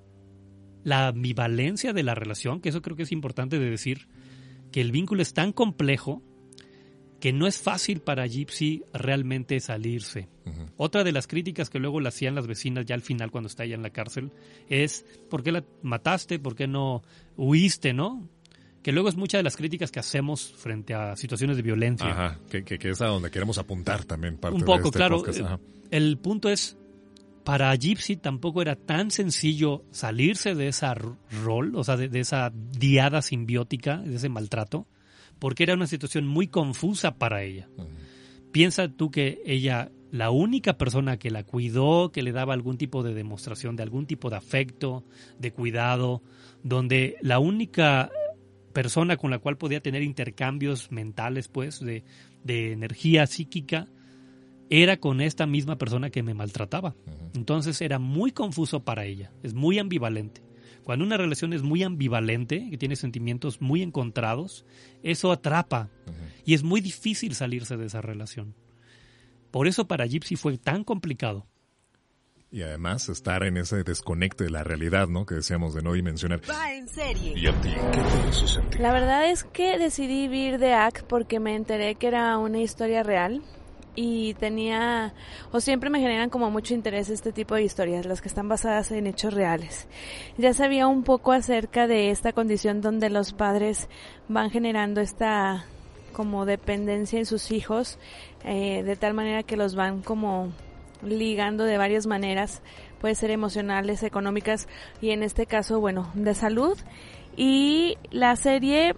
la ambivalencia de la relación, que eso creo que es importante de decir, que el vínculo es tan complejo que no es fácil para Gypsy realmente salirse. Otra de las críticas que luego le hacían las vecinas ya al final cuando está ella en la cárcel es ¿por qué la mataste? ¿Por qué no huiste? ¿No? Que luego es muchas de las críticas que hacemos frente a situaciones de violencia. Ajá, que es a donde queremos apuntar también parte un poco, de este claro. podcast. El punto es, para Gypsy tampoco era tan sencillo salirse de esa rol, o sea, de esa diada simbiótica, de ese maltrato, porque era una situación muy confusa para ella. Piensa tú que ella, la única persona que la cuidó, que le daba algún tipo de demostración de algún tipo de afecto, de cuidado, donde la única persona con la cual podía tener intercambios mentales, pues, de energía psíquica, era con esta misma persona que me maltrataba. Entonces era muy confuso para ella, es muy ambivalente. Cuando una relación es muy ambivalente, que tiene sentimientos muy encontrados, eso atrapa y es muy difícil salirse de esa relación. Por eso para Gypsy fue tan complicado. Y además estar en ese desconecte de la realidad, ¿no? Que decíamos de no dimensionar. Va en serie. ¿Y a ti qué te hizo sentir? La verdad es que decidí ver The Act porque me enteré que era una historia real. Y siempre me generan como mucho interés este tipo de historias, las que están basadas en hechos reales. Ya sabía un poco acerca de esta condición donde los padres van generando esta como dependencia en sus hijos, de tal manera que los van como ligando de varias maneras, puede ser emocionales, económicas y en este caso, bueno, de salud. Y la serie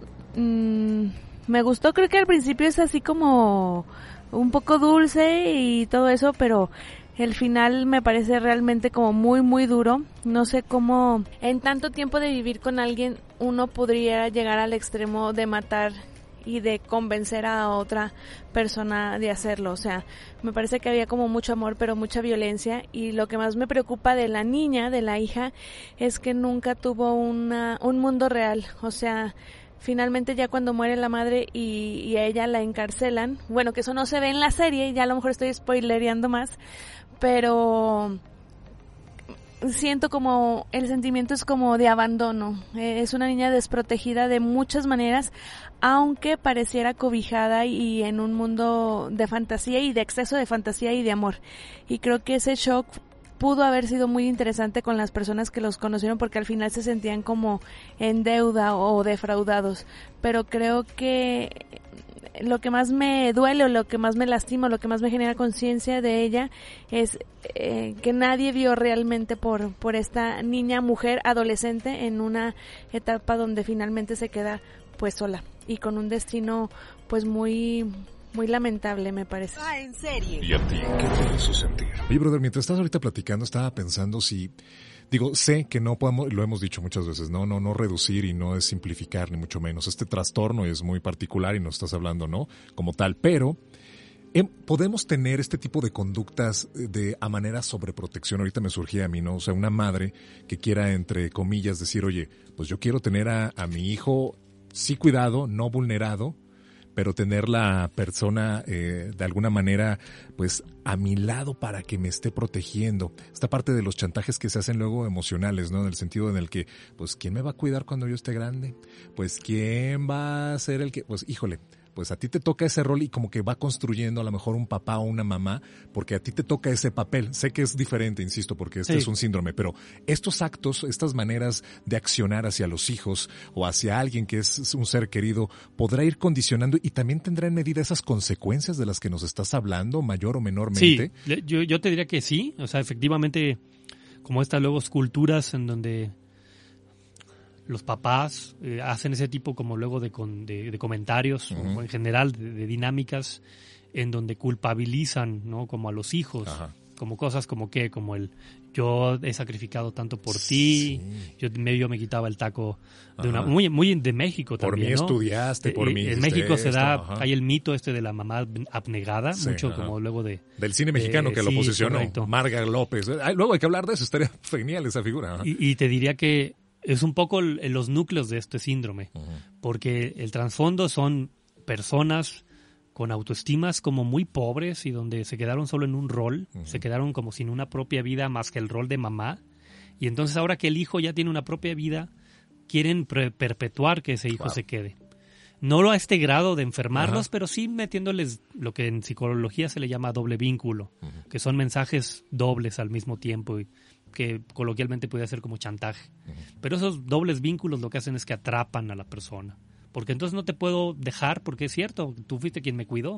me gustó, creo que al principio es así como un poco dulce y todo eso, pero el final me parece realmente como muy, muy duro. No sé cómo en tanto tiempo de vivir con alguien uno podría llegar al extremo de matar y de convencer a otra persona de hacerlo. O sea, me parece que había como mucho amor, pero mucha violencia. Y lo que más me preocupa de la niña, de la hija, es que nunca tuvo un mundo real. O sea, finalmente ya cuando muere la madre y a ella la encarcelan, bueno, que eso no se ve en la serie, ya a lo mejor estoy spoilereando más, pero siento como el sentimiento es como de abandono. Es una niña desprotegida de muchas maneras, aunque pareciera cobijada y en un mundo de fantasía y de exceso de fantasía y de amor. Y creo que ese shock pudo haber sido muy interesante con las personas que los conocieron, porque al final se sentían como en deuda o defraudados. Pero creo que lo que más me duele o lo que más me lastima, lo que más me genera conciencia de ella es que nadie vio realmente por esta niña, mujer, adolescente en una etapa donde finalmente se queda pues sola y con un destino pues muy lamentable, me parece. En serie. ¿Y a ti qué te hizo sentir? Oye, brother, mientras estás ahorita platicando, estaba pensando si... Digo, sé que no podemos, lo hemos dicho muchas veces, no reducir y no es simplificar, ni mucho menos. Este trastorno es muy particular y nos estás hablando, ¿no? Como tal, pero podemos tener este tipo de conductas a manera sobreprotección. Ahorita me surgía a mí, ¿no? O sea, una madre que quiera, entre comillas, decir, oye, pues yo quiero tener a mi hijo, sí cuidado, no vulnerado, pero tener la persona de alguna manera pues a mi lado para que me esté protegiendo. Esta parte de los chantajes que se hacen luego emocionales, ¿no? En el sentido en el que, pues, ¿quién me va a cuidar cuando yo esté grande? Pues, ¿quién va a ser el que...? Pues, híjole, pues a ti te toca ese rol y como que va construyendo a lo mejor un papá o una mamá, porque a ti te toca ese papel. Sé que es diferente, insisto, porque este es un síndrome, pero estos actos, estas maneras de accionar hacia los hijos o hacia alguien que es un ser querido, podrá ir condicionando y también tendrá en medida esas consecuencias de las que nos estás hablando, mayor o menormente. Sí, yo te diría que sí. O sea, efectivamente, como estas luego culturas en donde los papás hacen ese tipo como luego de comentarios, o en general de dinámicas en donde culpabilizan, ¿no? Como a los hijos, como cosas como que, como el yo he sacrificado tanto por ti, yo me quitaba el taco de una muy de México también, por mí, ¿no? Estudiaste, por mí en México se da, hay el mito de la mamá abnegada, mucho como luego del cine mexicano que lo posicionó, correcto. Marga López. Luego hay que hablar de eso, estaría genial esa figura. Y te diría que es un poco los núcleos de este síndrome, porque el trasfondo son personas con autoestimas como muy pobres y donde se quedaron solo en un rol, se quedaron como sin una propia vida más que el rol de mamá, y entonces ahora que el hijo ya tiene una propia vida, quieren perpetuar que ese hijo se quede. No a este grado de enfermarlos, pero sí metiéndoles lo que en psicología se le llama doble vínculo, que son mensajes dobles al mismo tiempo y que coloquialmente puede ser como chantaje. Pero esos dobles vínculos lo que hacen es que atrapan a la persona. Porque entonces no te puedo dejar, porque es cierto, tú fuiste quien me cuidó.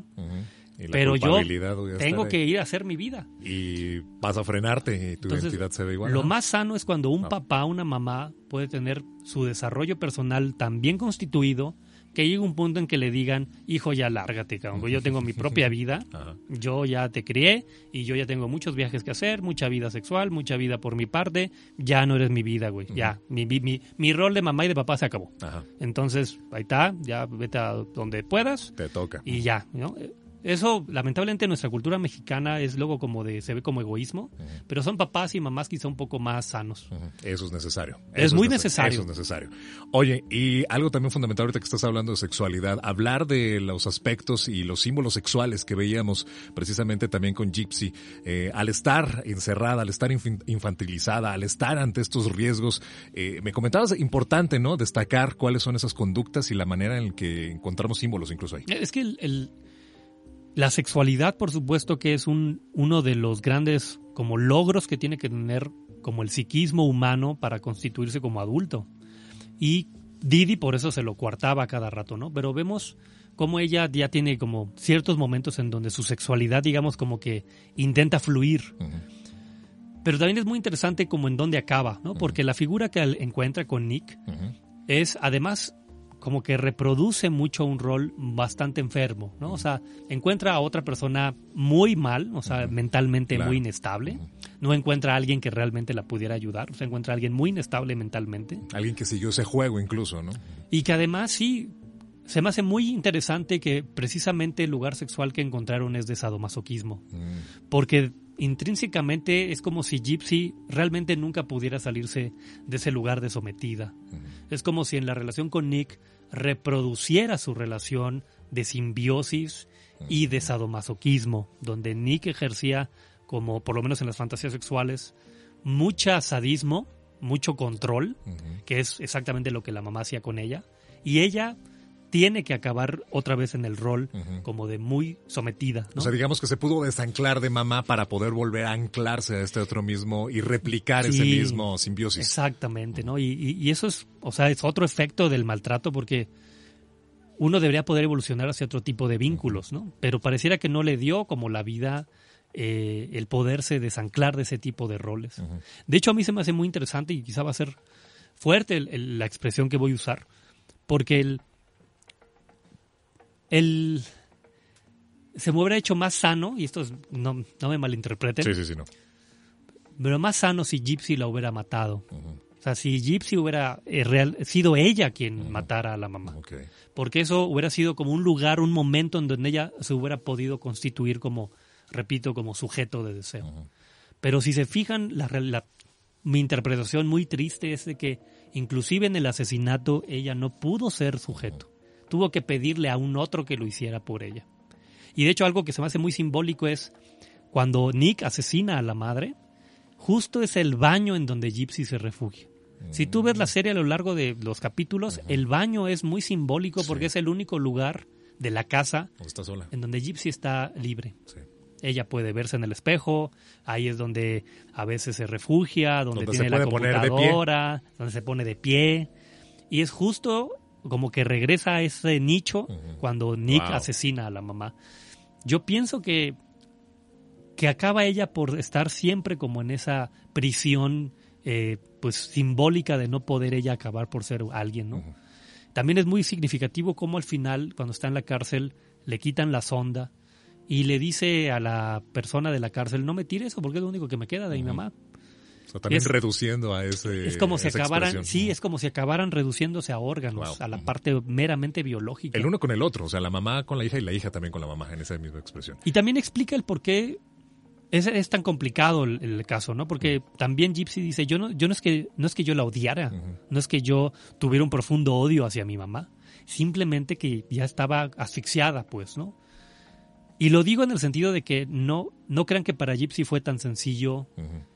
Pero yo tengo que ir a hacer mi vida. Y vas a frenarte y tu identidad se ve igual. Lo más sano es cuando un papá, una mamá puede tener su desarrollo personal tan bien constituido que llegue un punto en que le digan, hijo, ya lárgate, cabrón. Yo tengo mi propia vida, yo ya te crié y yo ya tengo muchos viajes que hacer, mucha vida sexual, mucha vida por mi parte, ya no eres mi vida, güey. Ya, mi rol de mamá y de papá se acabó. Entonces, ahí está, ya vete a donde puedas. Te toca. Y ya, ¿no? Eso, lamentablemente, en nuestra cultura mexicana es luego como se ve como egoísmo, pero son papás y mamás quizá un poco más sanos. Eso es necesario. Es muy necesario. Eso es necesario. Oye, y algo también fundamental ahorita que estás hablando de sexualidad, hablar de los aspectos y los símbolos sexuales que veíamos precisamente también con Gypsy, al estar encerrada, al estar infantilizada, al estar ante estos riesgos, me comentabas, importante, ¿no? Destacar cuáles son esas conductas y la manera en que encontramos símbolos incluso ahí. Es que la sexualidad, por supuesto, que es uno de los grandes como logros que tiene que tener como el psiquismo humano para constituirse como adulto. Y Didi por eso se lo coartaba a cada rato, ¿no? Pero vemos cómo ella ya tiene como ciertos momentos en donde su sexualidad, digamos, como que intenta fluir. Pero también es muy interesante como en dónde acaba, ¿no? Porque la figura que encuentra con Nick es, además, como que reproduce mucho un rol bastante enfermo, ¿no? O sea, encuentra a otra persona muy mal, o sea, mentalmente muy inestable. No encuentra a alguien que realmente la pudiera ayudar, o sea, encuentra a alguien muy inestable mentalmente. Alguien que siguió ese juego incluso, ¿no? Y que además sí, se me hace muy interesante que precisamente el lugar sexual que encontraron es de sadomasoquismo. Porque intrínsecamente es como si Gypsy realmente nunca pudiera salirse de ese lugar de sometida. Es como si en la relación con Nick reproduciera su relación de simbiosis y de sadomasoquismo, donde Nick ejercía como, por lo menos en las fantasías sexuales, mucha sadismo, mucho control, que es exactamente lo que la mamá hacía con ella, y ella tiene que acabar otra vez en el rol como de muy sometida, ¿no? O sea, digamos que se pudo desanclar de mamá para poder volver a anclarse a este otro mismo y replicar ese mismo simbiosis. Exactamente, ¿no? Y eso es, o sea, es otro efecto del maltrato, porque uno debería poder evolucionar hacia otro tipo de vínculos, ¿no? Pero pareciera que no le dio como la vida el poderse desanclar de ese tipo de roles. De hecho, a mí se me hace muy interesante y quizá va a ser fuerte la expresión que voy a usar, porque se me hubiera hecho más sano, y esto no me malinterpreten, Sí, no. pero más sano si Gypsy la hubiera matado. O sea, si Gypsy hubiera sido ella quien matara a la mamá. Okay. Porque eso hubiera sido como un lugar, un momento en donde ella se hubiera podido constituir como, repito, como sujeto de deseo. Pero si se fijan, mi interpretación muy triste es de que inclusive en el asesinato ella no pudo ser sujeto. Tuvo que pedirle a un otro que lo hiciera por ella. Y de hecho algo que se me hace muy simbólico es cuando Nick asesina a la madre, justo es el baño en donde Gypsy se refugia. Si tú ves la serie a lo largo de los capítulos, el baño es muy simbólico porque es el único lugar de la casa está sola, en donde Gypsy está libre. Sí. Ella puede verse en el espejo, ahí es donde a veces se refugia, donde tiene la computadora, donde se pone de pie. Y es justo como que regresa a ese nicho cuando Nick asesina a la mamá. Yo pienso que acaba ella por estar siempre como en esa prisión pues simbólica de no poder ella acabar por ser alguien, ¿no? También es muy significativo cómo al final, cuando está en la cárcel, le quitan la sonda y le dice a la persona de la cárcel, no me tire eso porque es lo único que me queda de mi mamá. O sea, también reduciendo a ese. Es como si acabaran, es como si acabaran reduciéndose a órganos, a la parte meramente biológica. El uno con el otro, o sea, la mamá con la hija y la hija también con la mamá, en esa misma expresión. Y también explica el por qué es tan complicado el caso, ¿no? Porque también Gypsy dice, no es que yo la odiara, no es que yo tuviera un profundo odio hacia mi mamá, simplemente que ya estaba asfixiada, pues, ¿no? Y lo digo en el sentido de que no crean que para Gypsy fue tan sencillo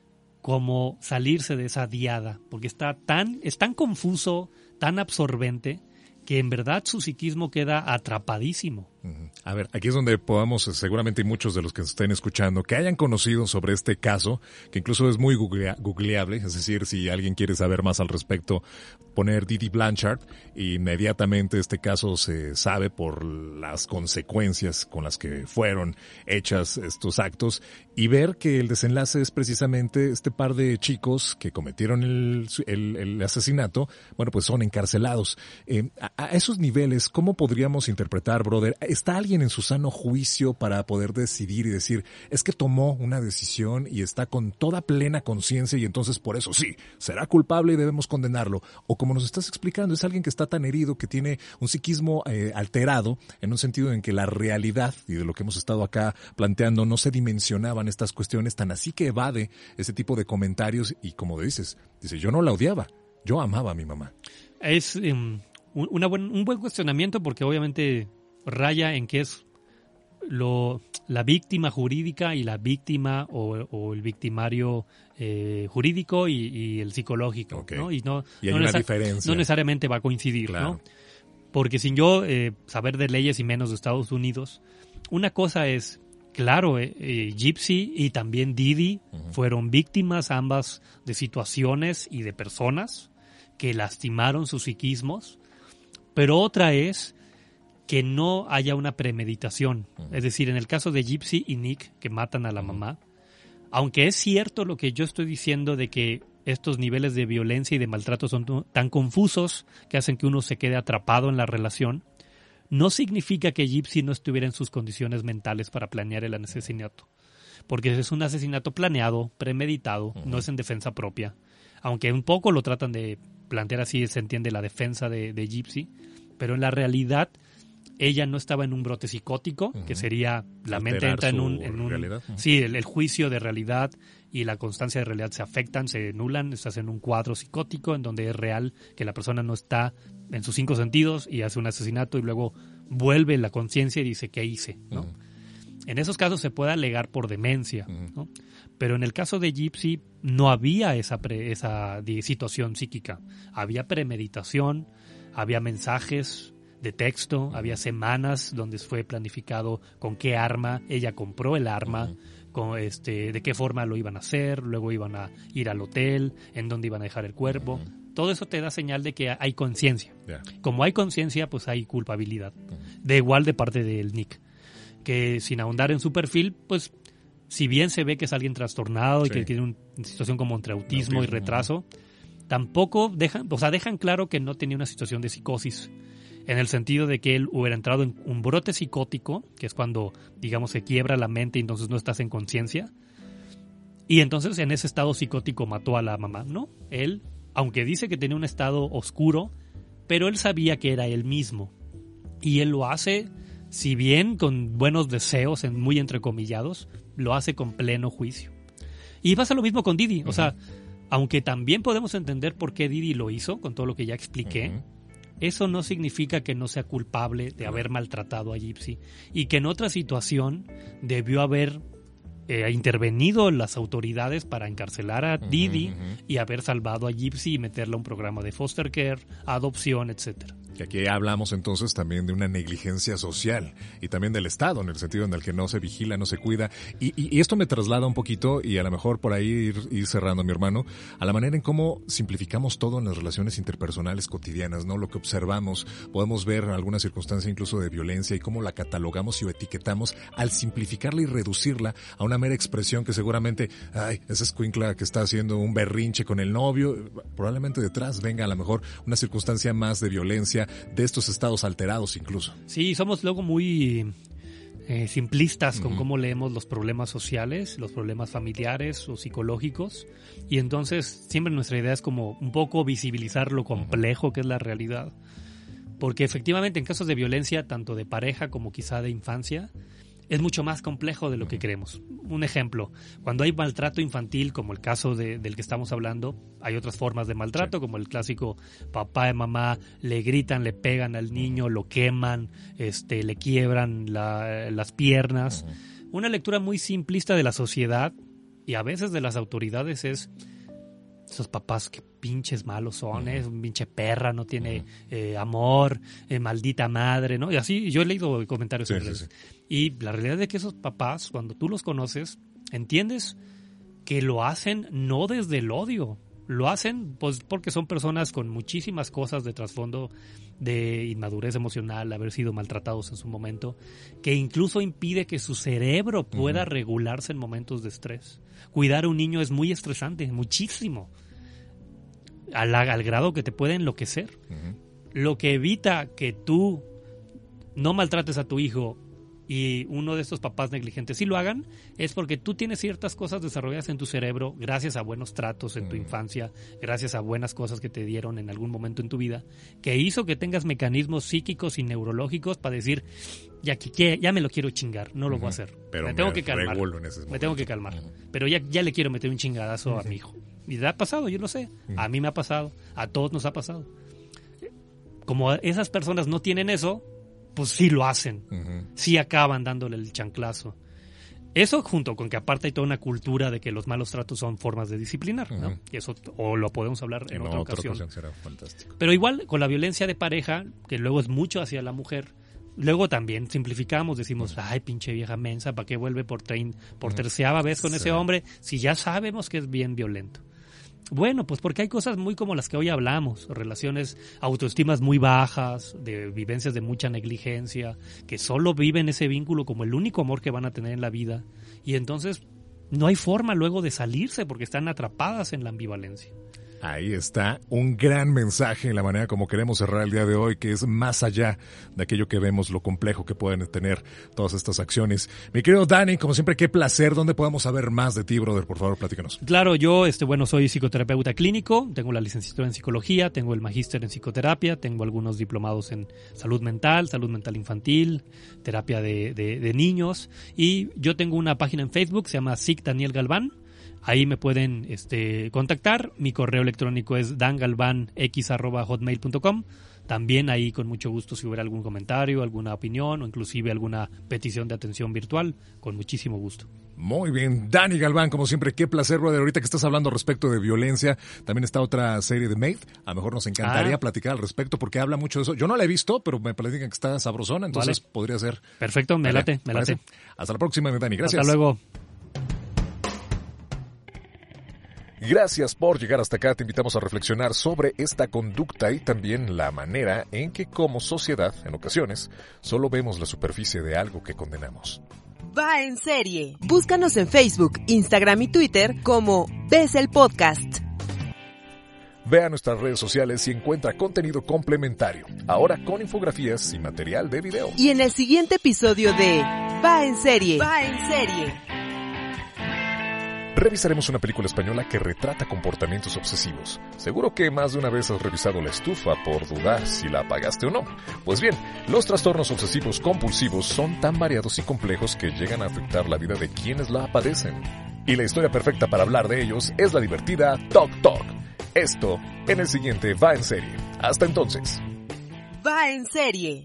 como salirse de esa diada, porque es tan confuso, tan absorbente, que en verdad su psiquismo queda atrapadísimo. A ver, aquí es donde podamos, seguramente muchos de los que estén escuchando, que hayan conocido sobre este caso, que incluso es muy googleable, es decir, si alguien quiere saber más al respecto, poner Didi Blanchard, e inmediatamente este caso se sabe por las consecuencias con las que fueron hechas estos actos, y ver que el desenlace es precisamente este par de chicos que cometieron el asesinato, bueno, pues son encarcelados. A esos niveles, ¿cómo podríamos interpretar, brother? ¿Está alguien en su sano juicio para poder decidir y decir, es que tomó una decisión y está con toda plena conciencia y entonces por eso sí, será culpable y debemos condenarlo? O como nos estás explicando, es alguien que está tan herido, que tiene un psiquismo alterado, en un sentido en que la realidad, y de lo que hemos estado acá planteando, no se dimensionaban estas cuestiones, tan así que evade ese tipo de comentarios y como dice, yo no la odiaba, yo amaba a mi mamá. Es un buen cuestionamiento porque obviamente raya en qué es la víctima jurídica y la víctima o el victimario jurídico y el psicológico, okay, ¿no? Y hay una diferencia. No necesariamente va a coincidir, claro, ¿no? Porque sin yo saber de leyes y menos de Estados Unidos, una cosa es, claro, Gypsy y también Didi fueron víctimas ambas de situaciones y de personas que lastimaron sus psiquismos, pero otra es que no haya una premeditación. Es decir, en el caso de Gypsy y Nick, que matan a la mamá, aunque es cierto lo que yo estoy diciendo de que estos niveles de violencia y de maltrato son tan confusos que hacen que uno se quede atrapado en la relación, no significa que Gypsy no estuviera en sus condiciones mentales para planear el asesinato. Porque es un asesinato planeado, premeditado, no es en defensa propia. Aunque un poco lo tratan de plantear así, se entiende la defensa de Gypsy, pero en la realidad ella no estaba en un brote psicótico, que sería la mente entra en un realidad. Sí, el juicio de realidad y la constancia de realidad se afectan, se nulan, estás en un cuadro psicótico en donde es real que la persona no está en sus 5 sentidos y hace un asesinato y luego vuelve la conciencia y dice ¿qué hice? ¿no? en esos casos se puede alegar por demencia, ¿no? Pero en el caso de Gypsy no había esa situación psíquica. Había premeditación, había mensajes de texto, había semanas donde fue planificado con qué arma, ella compró el arma, con de qué forma lo iban a hacer, luego iban a ir al hotel, en dónde iban a dejar el cuerpo. Todo eso te da señal de que hay conciencia. Como hay conciencia, pues hay culpabilidad. De igual de parte del Nick, que sin ahondar en su perfil, pues si bien se ve que es alguien trastornado y que tiene una situación como entre autismo y retraso, tampoco dejan claro que no tenía una situación de psicosis, en el sentido de que él hubiera entrado en un brote psicótico, que es cuando, digamos, se quiebra la mente y entonces no estás en conciencia, y entonces en ese estado psicótico mató a la mamá. No, él, aunque dice que tenía un estado oscuro, pero él sabía que era él mismo, y él lo hace, si bien con buenos deseos, muy entrecomillados, lo hace con pleno juicio. Y pasa lo mismo con Didi. O sea, aunque también podemos entender por qué Didi lo hizo, con todo lo que ya expliqué, eso no significa que no sea culpable de haber maltratado a Gypsy, y que en otra situación debió haber intervenido las autoridades para encarcelar a Didi y haber salvado a Gypsy y meterla a un programa de foster care, adopción, etcétera. Que aquí hablamos entonces también de una negligencia social y también del Estado, en el sentido en el que no se vigila, no se cuida. Y esto me traslada un poquito, y a lo mejor por ahí ir cerrando, mi hermano, a la manera en cómo simplificamos todo en las relaciones interpersonales cotidianas, ¿no? Lo que observamos, podemos ver alguna circunstancia incluso de violencia y cómo la catalogamos y etiquetamos al simplificarla y reducirla a una mera expresión que seguramente, esa escuincla que está haciendo un berrinche con el novio, probablemente detrás venga a lo mejor una circunstancia más de violencia, de estos estados alterados incluso. Sí, somos luego muy simplistas con cómo leemos los problemas sociales, los problemas familiares o psicológicos, y entonces siempre nuestra idea es como un poco visibilizar lo complejo que es la realidad, porque efectivamente en casos de violencia, tanto de pareja como quizá de infancia, es mucho más complejo de lo que creemos. Un ejemplo, cuando hay maltrato infantil, como el caso del que estamos hablando, hay otras formas de maltrato, como el clásico papá y mamá le gritan, le pegan al niño, lo queman, le quiebran las piernas. Una lectura muy simplista de la sociedad y a veces de las autoridades es: esos papás que pinches malos son, es un pinche perra, no tiene amor, maldita madre, ¿no? Y así, yo he leído comentarios en redes. Y la realidad es que esos papás, cuando tú los conoces, entiendes que lo hacen no desde el odio, lo hacen pues porque son personas con muchísimas cosas de trasfondo, de inmadurez emocional, haber sido maltratados en su momento, que incluso impide que su cerebro pueda regularse en momentos de estrés. Cuidar a un niño es muy estresante, muchísimo, al grado que te puede enloquecer. Lo que evita que tú no maltrates a tu hijo y uno de estos papás negligentes sí lo hagan, es porque tú tienes ciertas cosas desarrolladas en tu cerebro gracias a buenos tratos en tu infancia, gracias a buenas cosas que te dieron en algún momento en tu vida, que hizo que tengas mecanismos psíquicos y neurológicos para decir, ya me lo quiero chingar, no lo voy a hacer. Pero me tengo que calmar. Me tengo que calmar. Pero ya le quiero meter un chingadazo a mi hijo. Y te ha pasado, yo lo sé. A mí me ha pasado. A todos nos ha pasado. Como esas personas no tienen eso, pues sí lo hacen. Sí acaban dándole el chanclazo. Eso junto con que aparte hay toda una cultura de que los malos tratos son formas de disciplinar, ¿no? Y eso o lo podemos hablar en otra ocasión. Será fantástico. Pero igual con la violencia de pareja, que luego es mucho hacia la mujer, luego también simplificamos, decimos, ay, pinche vieja mensa, ¿para qué vuelve por terceava vez con ese hombre si ya sabemos que es bien violento? Bueno, pues porque hay cosas muy como las que hoy hablamos, relaciones, autoestimas muy bajas, de vivencias de mucha negligencia, que solo viven ese vínculo como el único amor que van a tener en la vida, y entonces no hay forma luego de salirse porque están atrapadas en la ambivalencia. Ahí está un gran mensaje en la manera como queremos cerrar el día de hoy, que es más allá de aquello que vemos, lo complejo que pueden tener todas estas acciones. Mi querido Dani, como siempre, qué placer. ¿Dónde podemos saber más de ti, brother? Por favor, platícanos. Claro, yo soy psicoterapeuta clínico, tengo la licenciatura en psicología, tengo el magíster en psicoterapia, tengo algunos diplomados en salud mental infantil, terapia de niños, y yo tengo una página en Facebook, se llama Psic Daniel Galván. Ahí me pueden contactar. Mi correo electrónico es dangalvanx@hotmail.com. También ahí con mucho gusto, si hubiera algún comentario, alguna opinión o inclusive alguna petición de atención virtual, con muchísimo gusto. Muy bien, Dani Galván, como siempre, qué placer, brother. Ahorita que estás hablando respecto de violencia, también está otra serie de Maid. A lo mejor nos encantaría platicar al respecto porque habla mucho de eso. Yo no la he visto, pero me platican que está sabrosona, entonces podría ser. Perfecto, me late. Hasta la próxima, Dani. Gracias. Hasta luego. Gracias por llegar hasta acá. Te invitamos a reflexionar sobre esta conducta y también la manera en que como sociedad, en ocasiones, solo vemos la superficie de algo que condenamos. Va en serie. Búscanos en Facebook, Instagram y Twitter como Ves el Podcast. Ve a nuestras redes sociales y encuentra contenido complementario, ahora con infografías y material de video. Y en el siguiente episodio de Va en serie. Va en serie. Revisaremos una película española que retrata comportamientos obsesivos. Seguro que más de una vez has revisado la estufa por dudar si la apagaste o no. Pues bien, los trastornos obsesivos compulsivos son tan variados y complejos que llegan a afectar la vida de quienes la padecen. Y la historia perfecta para hablar de ellos es la divertida Talk Talk. Esto en el siguiente Va en serie. Hasta entonces. Va en serie.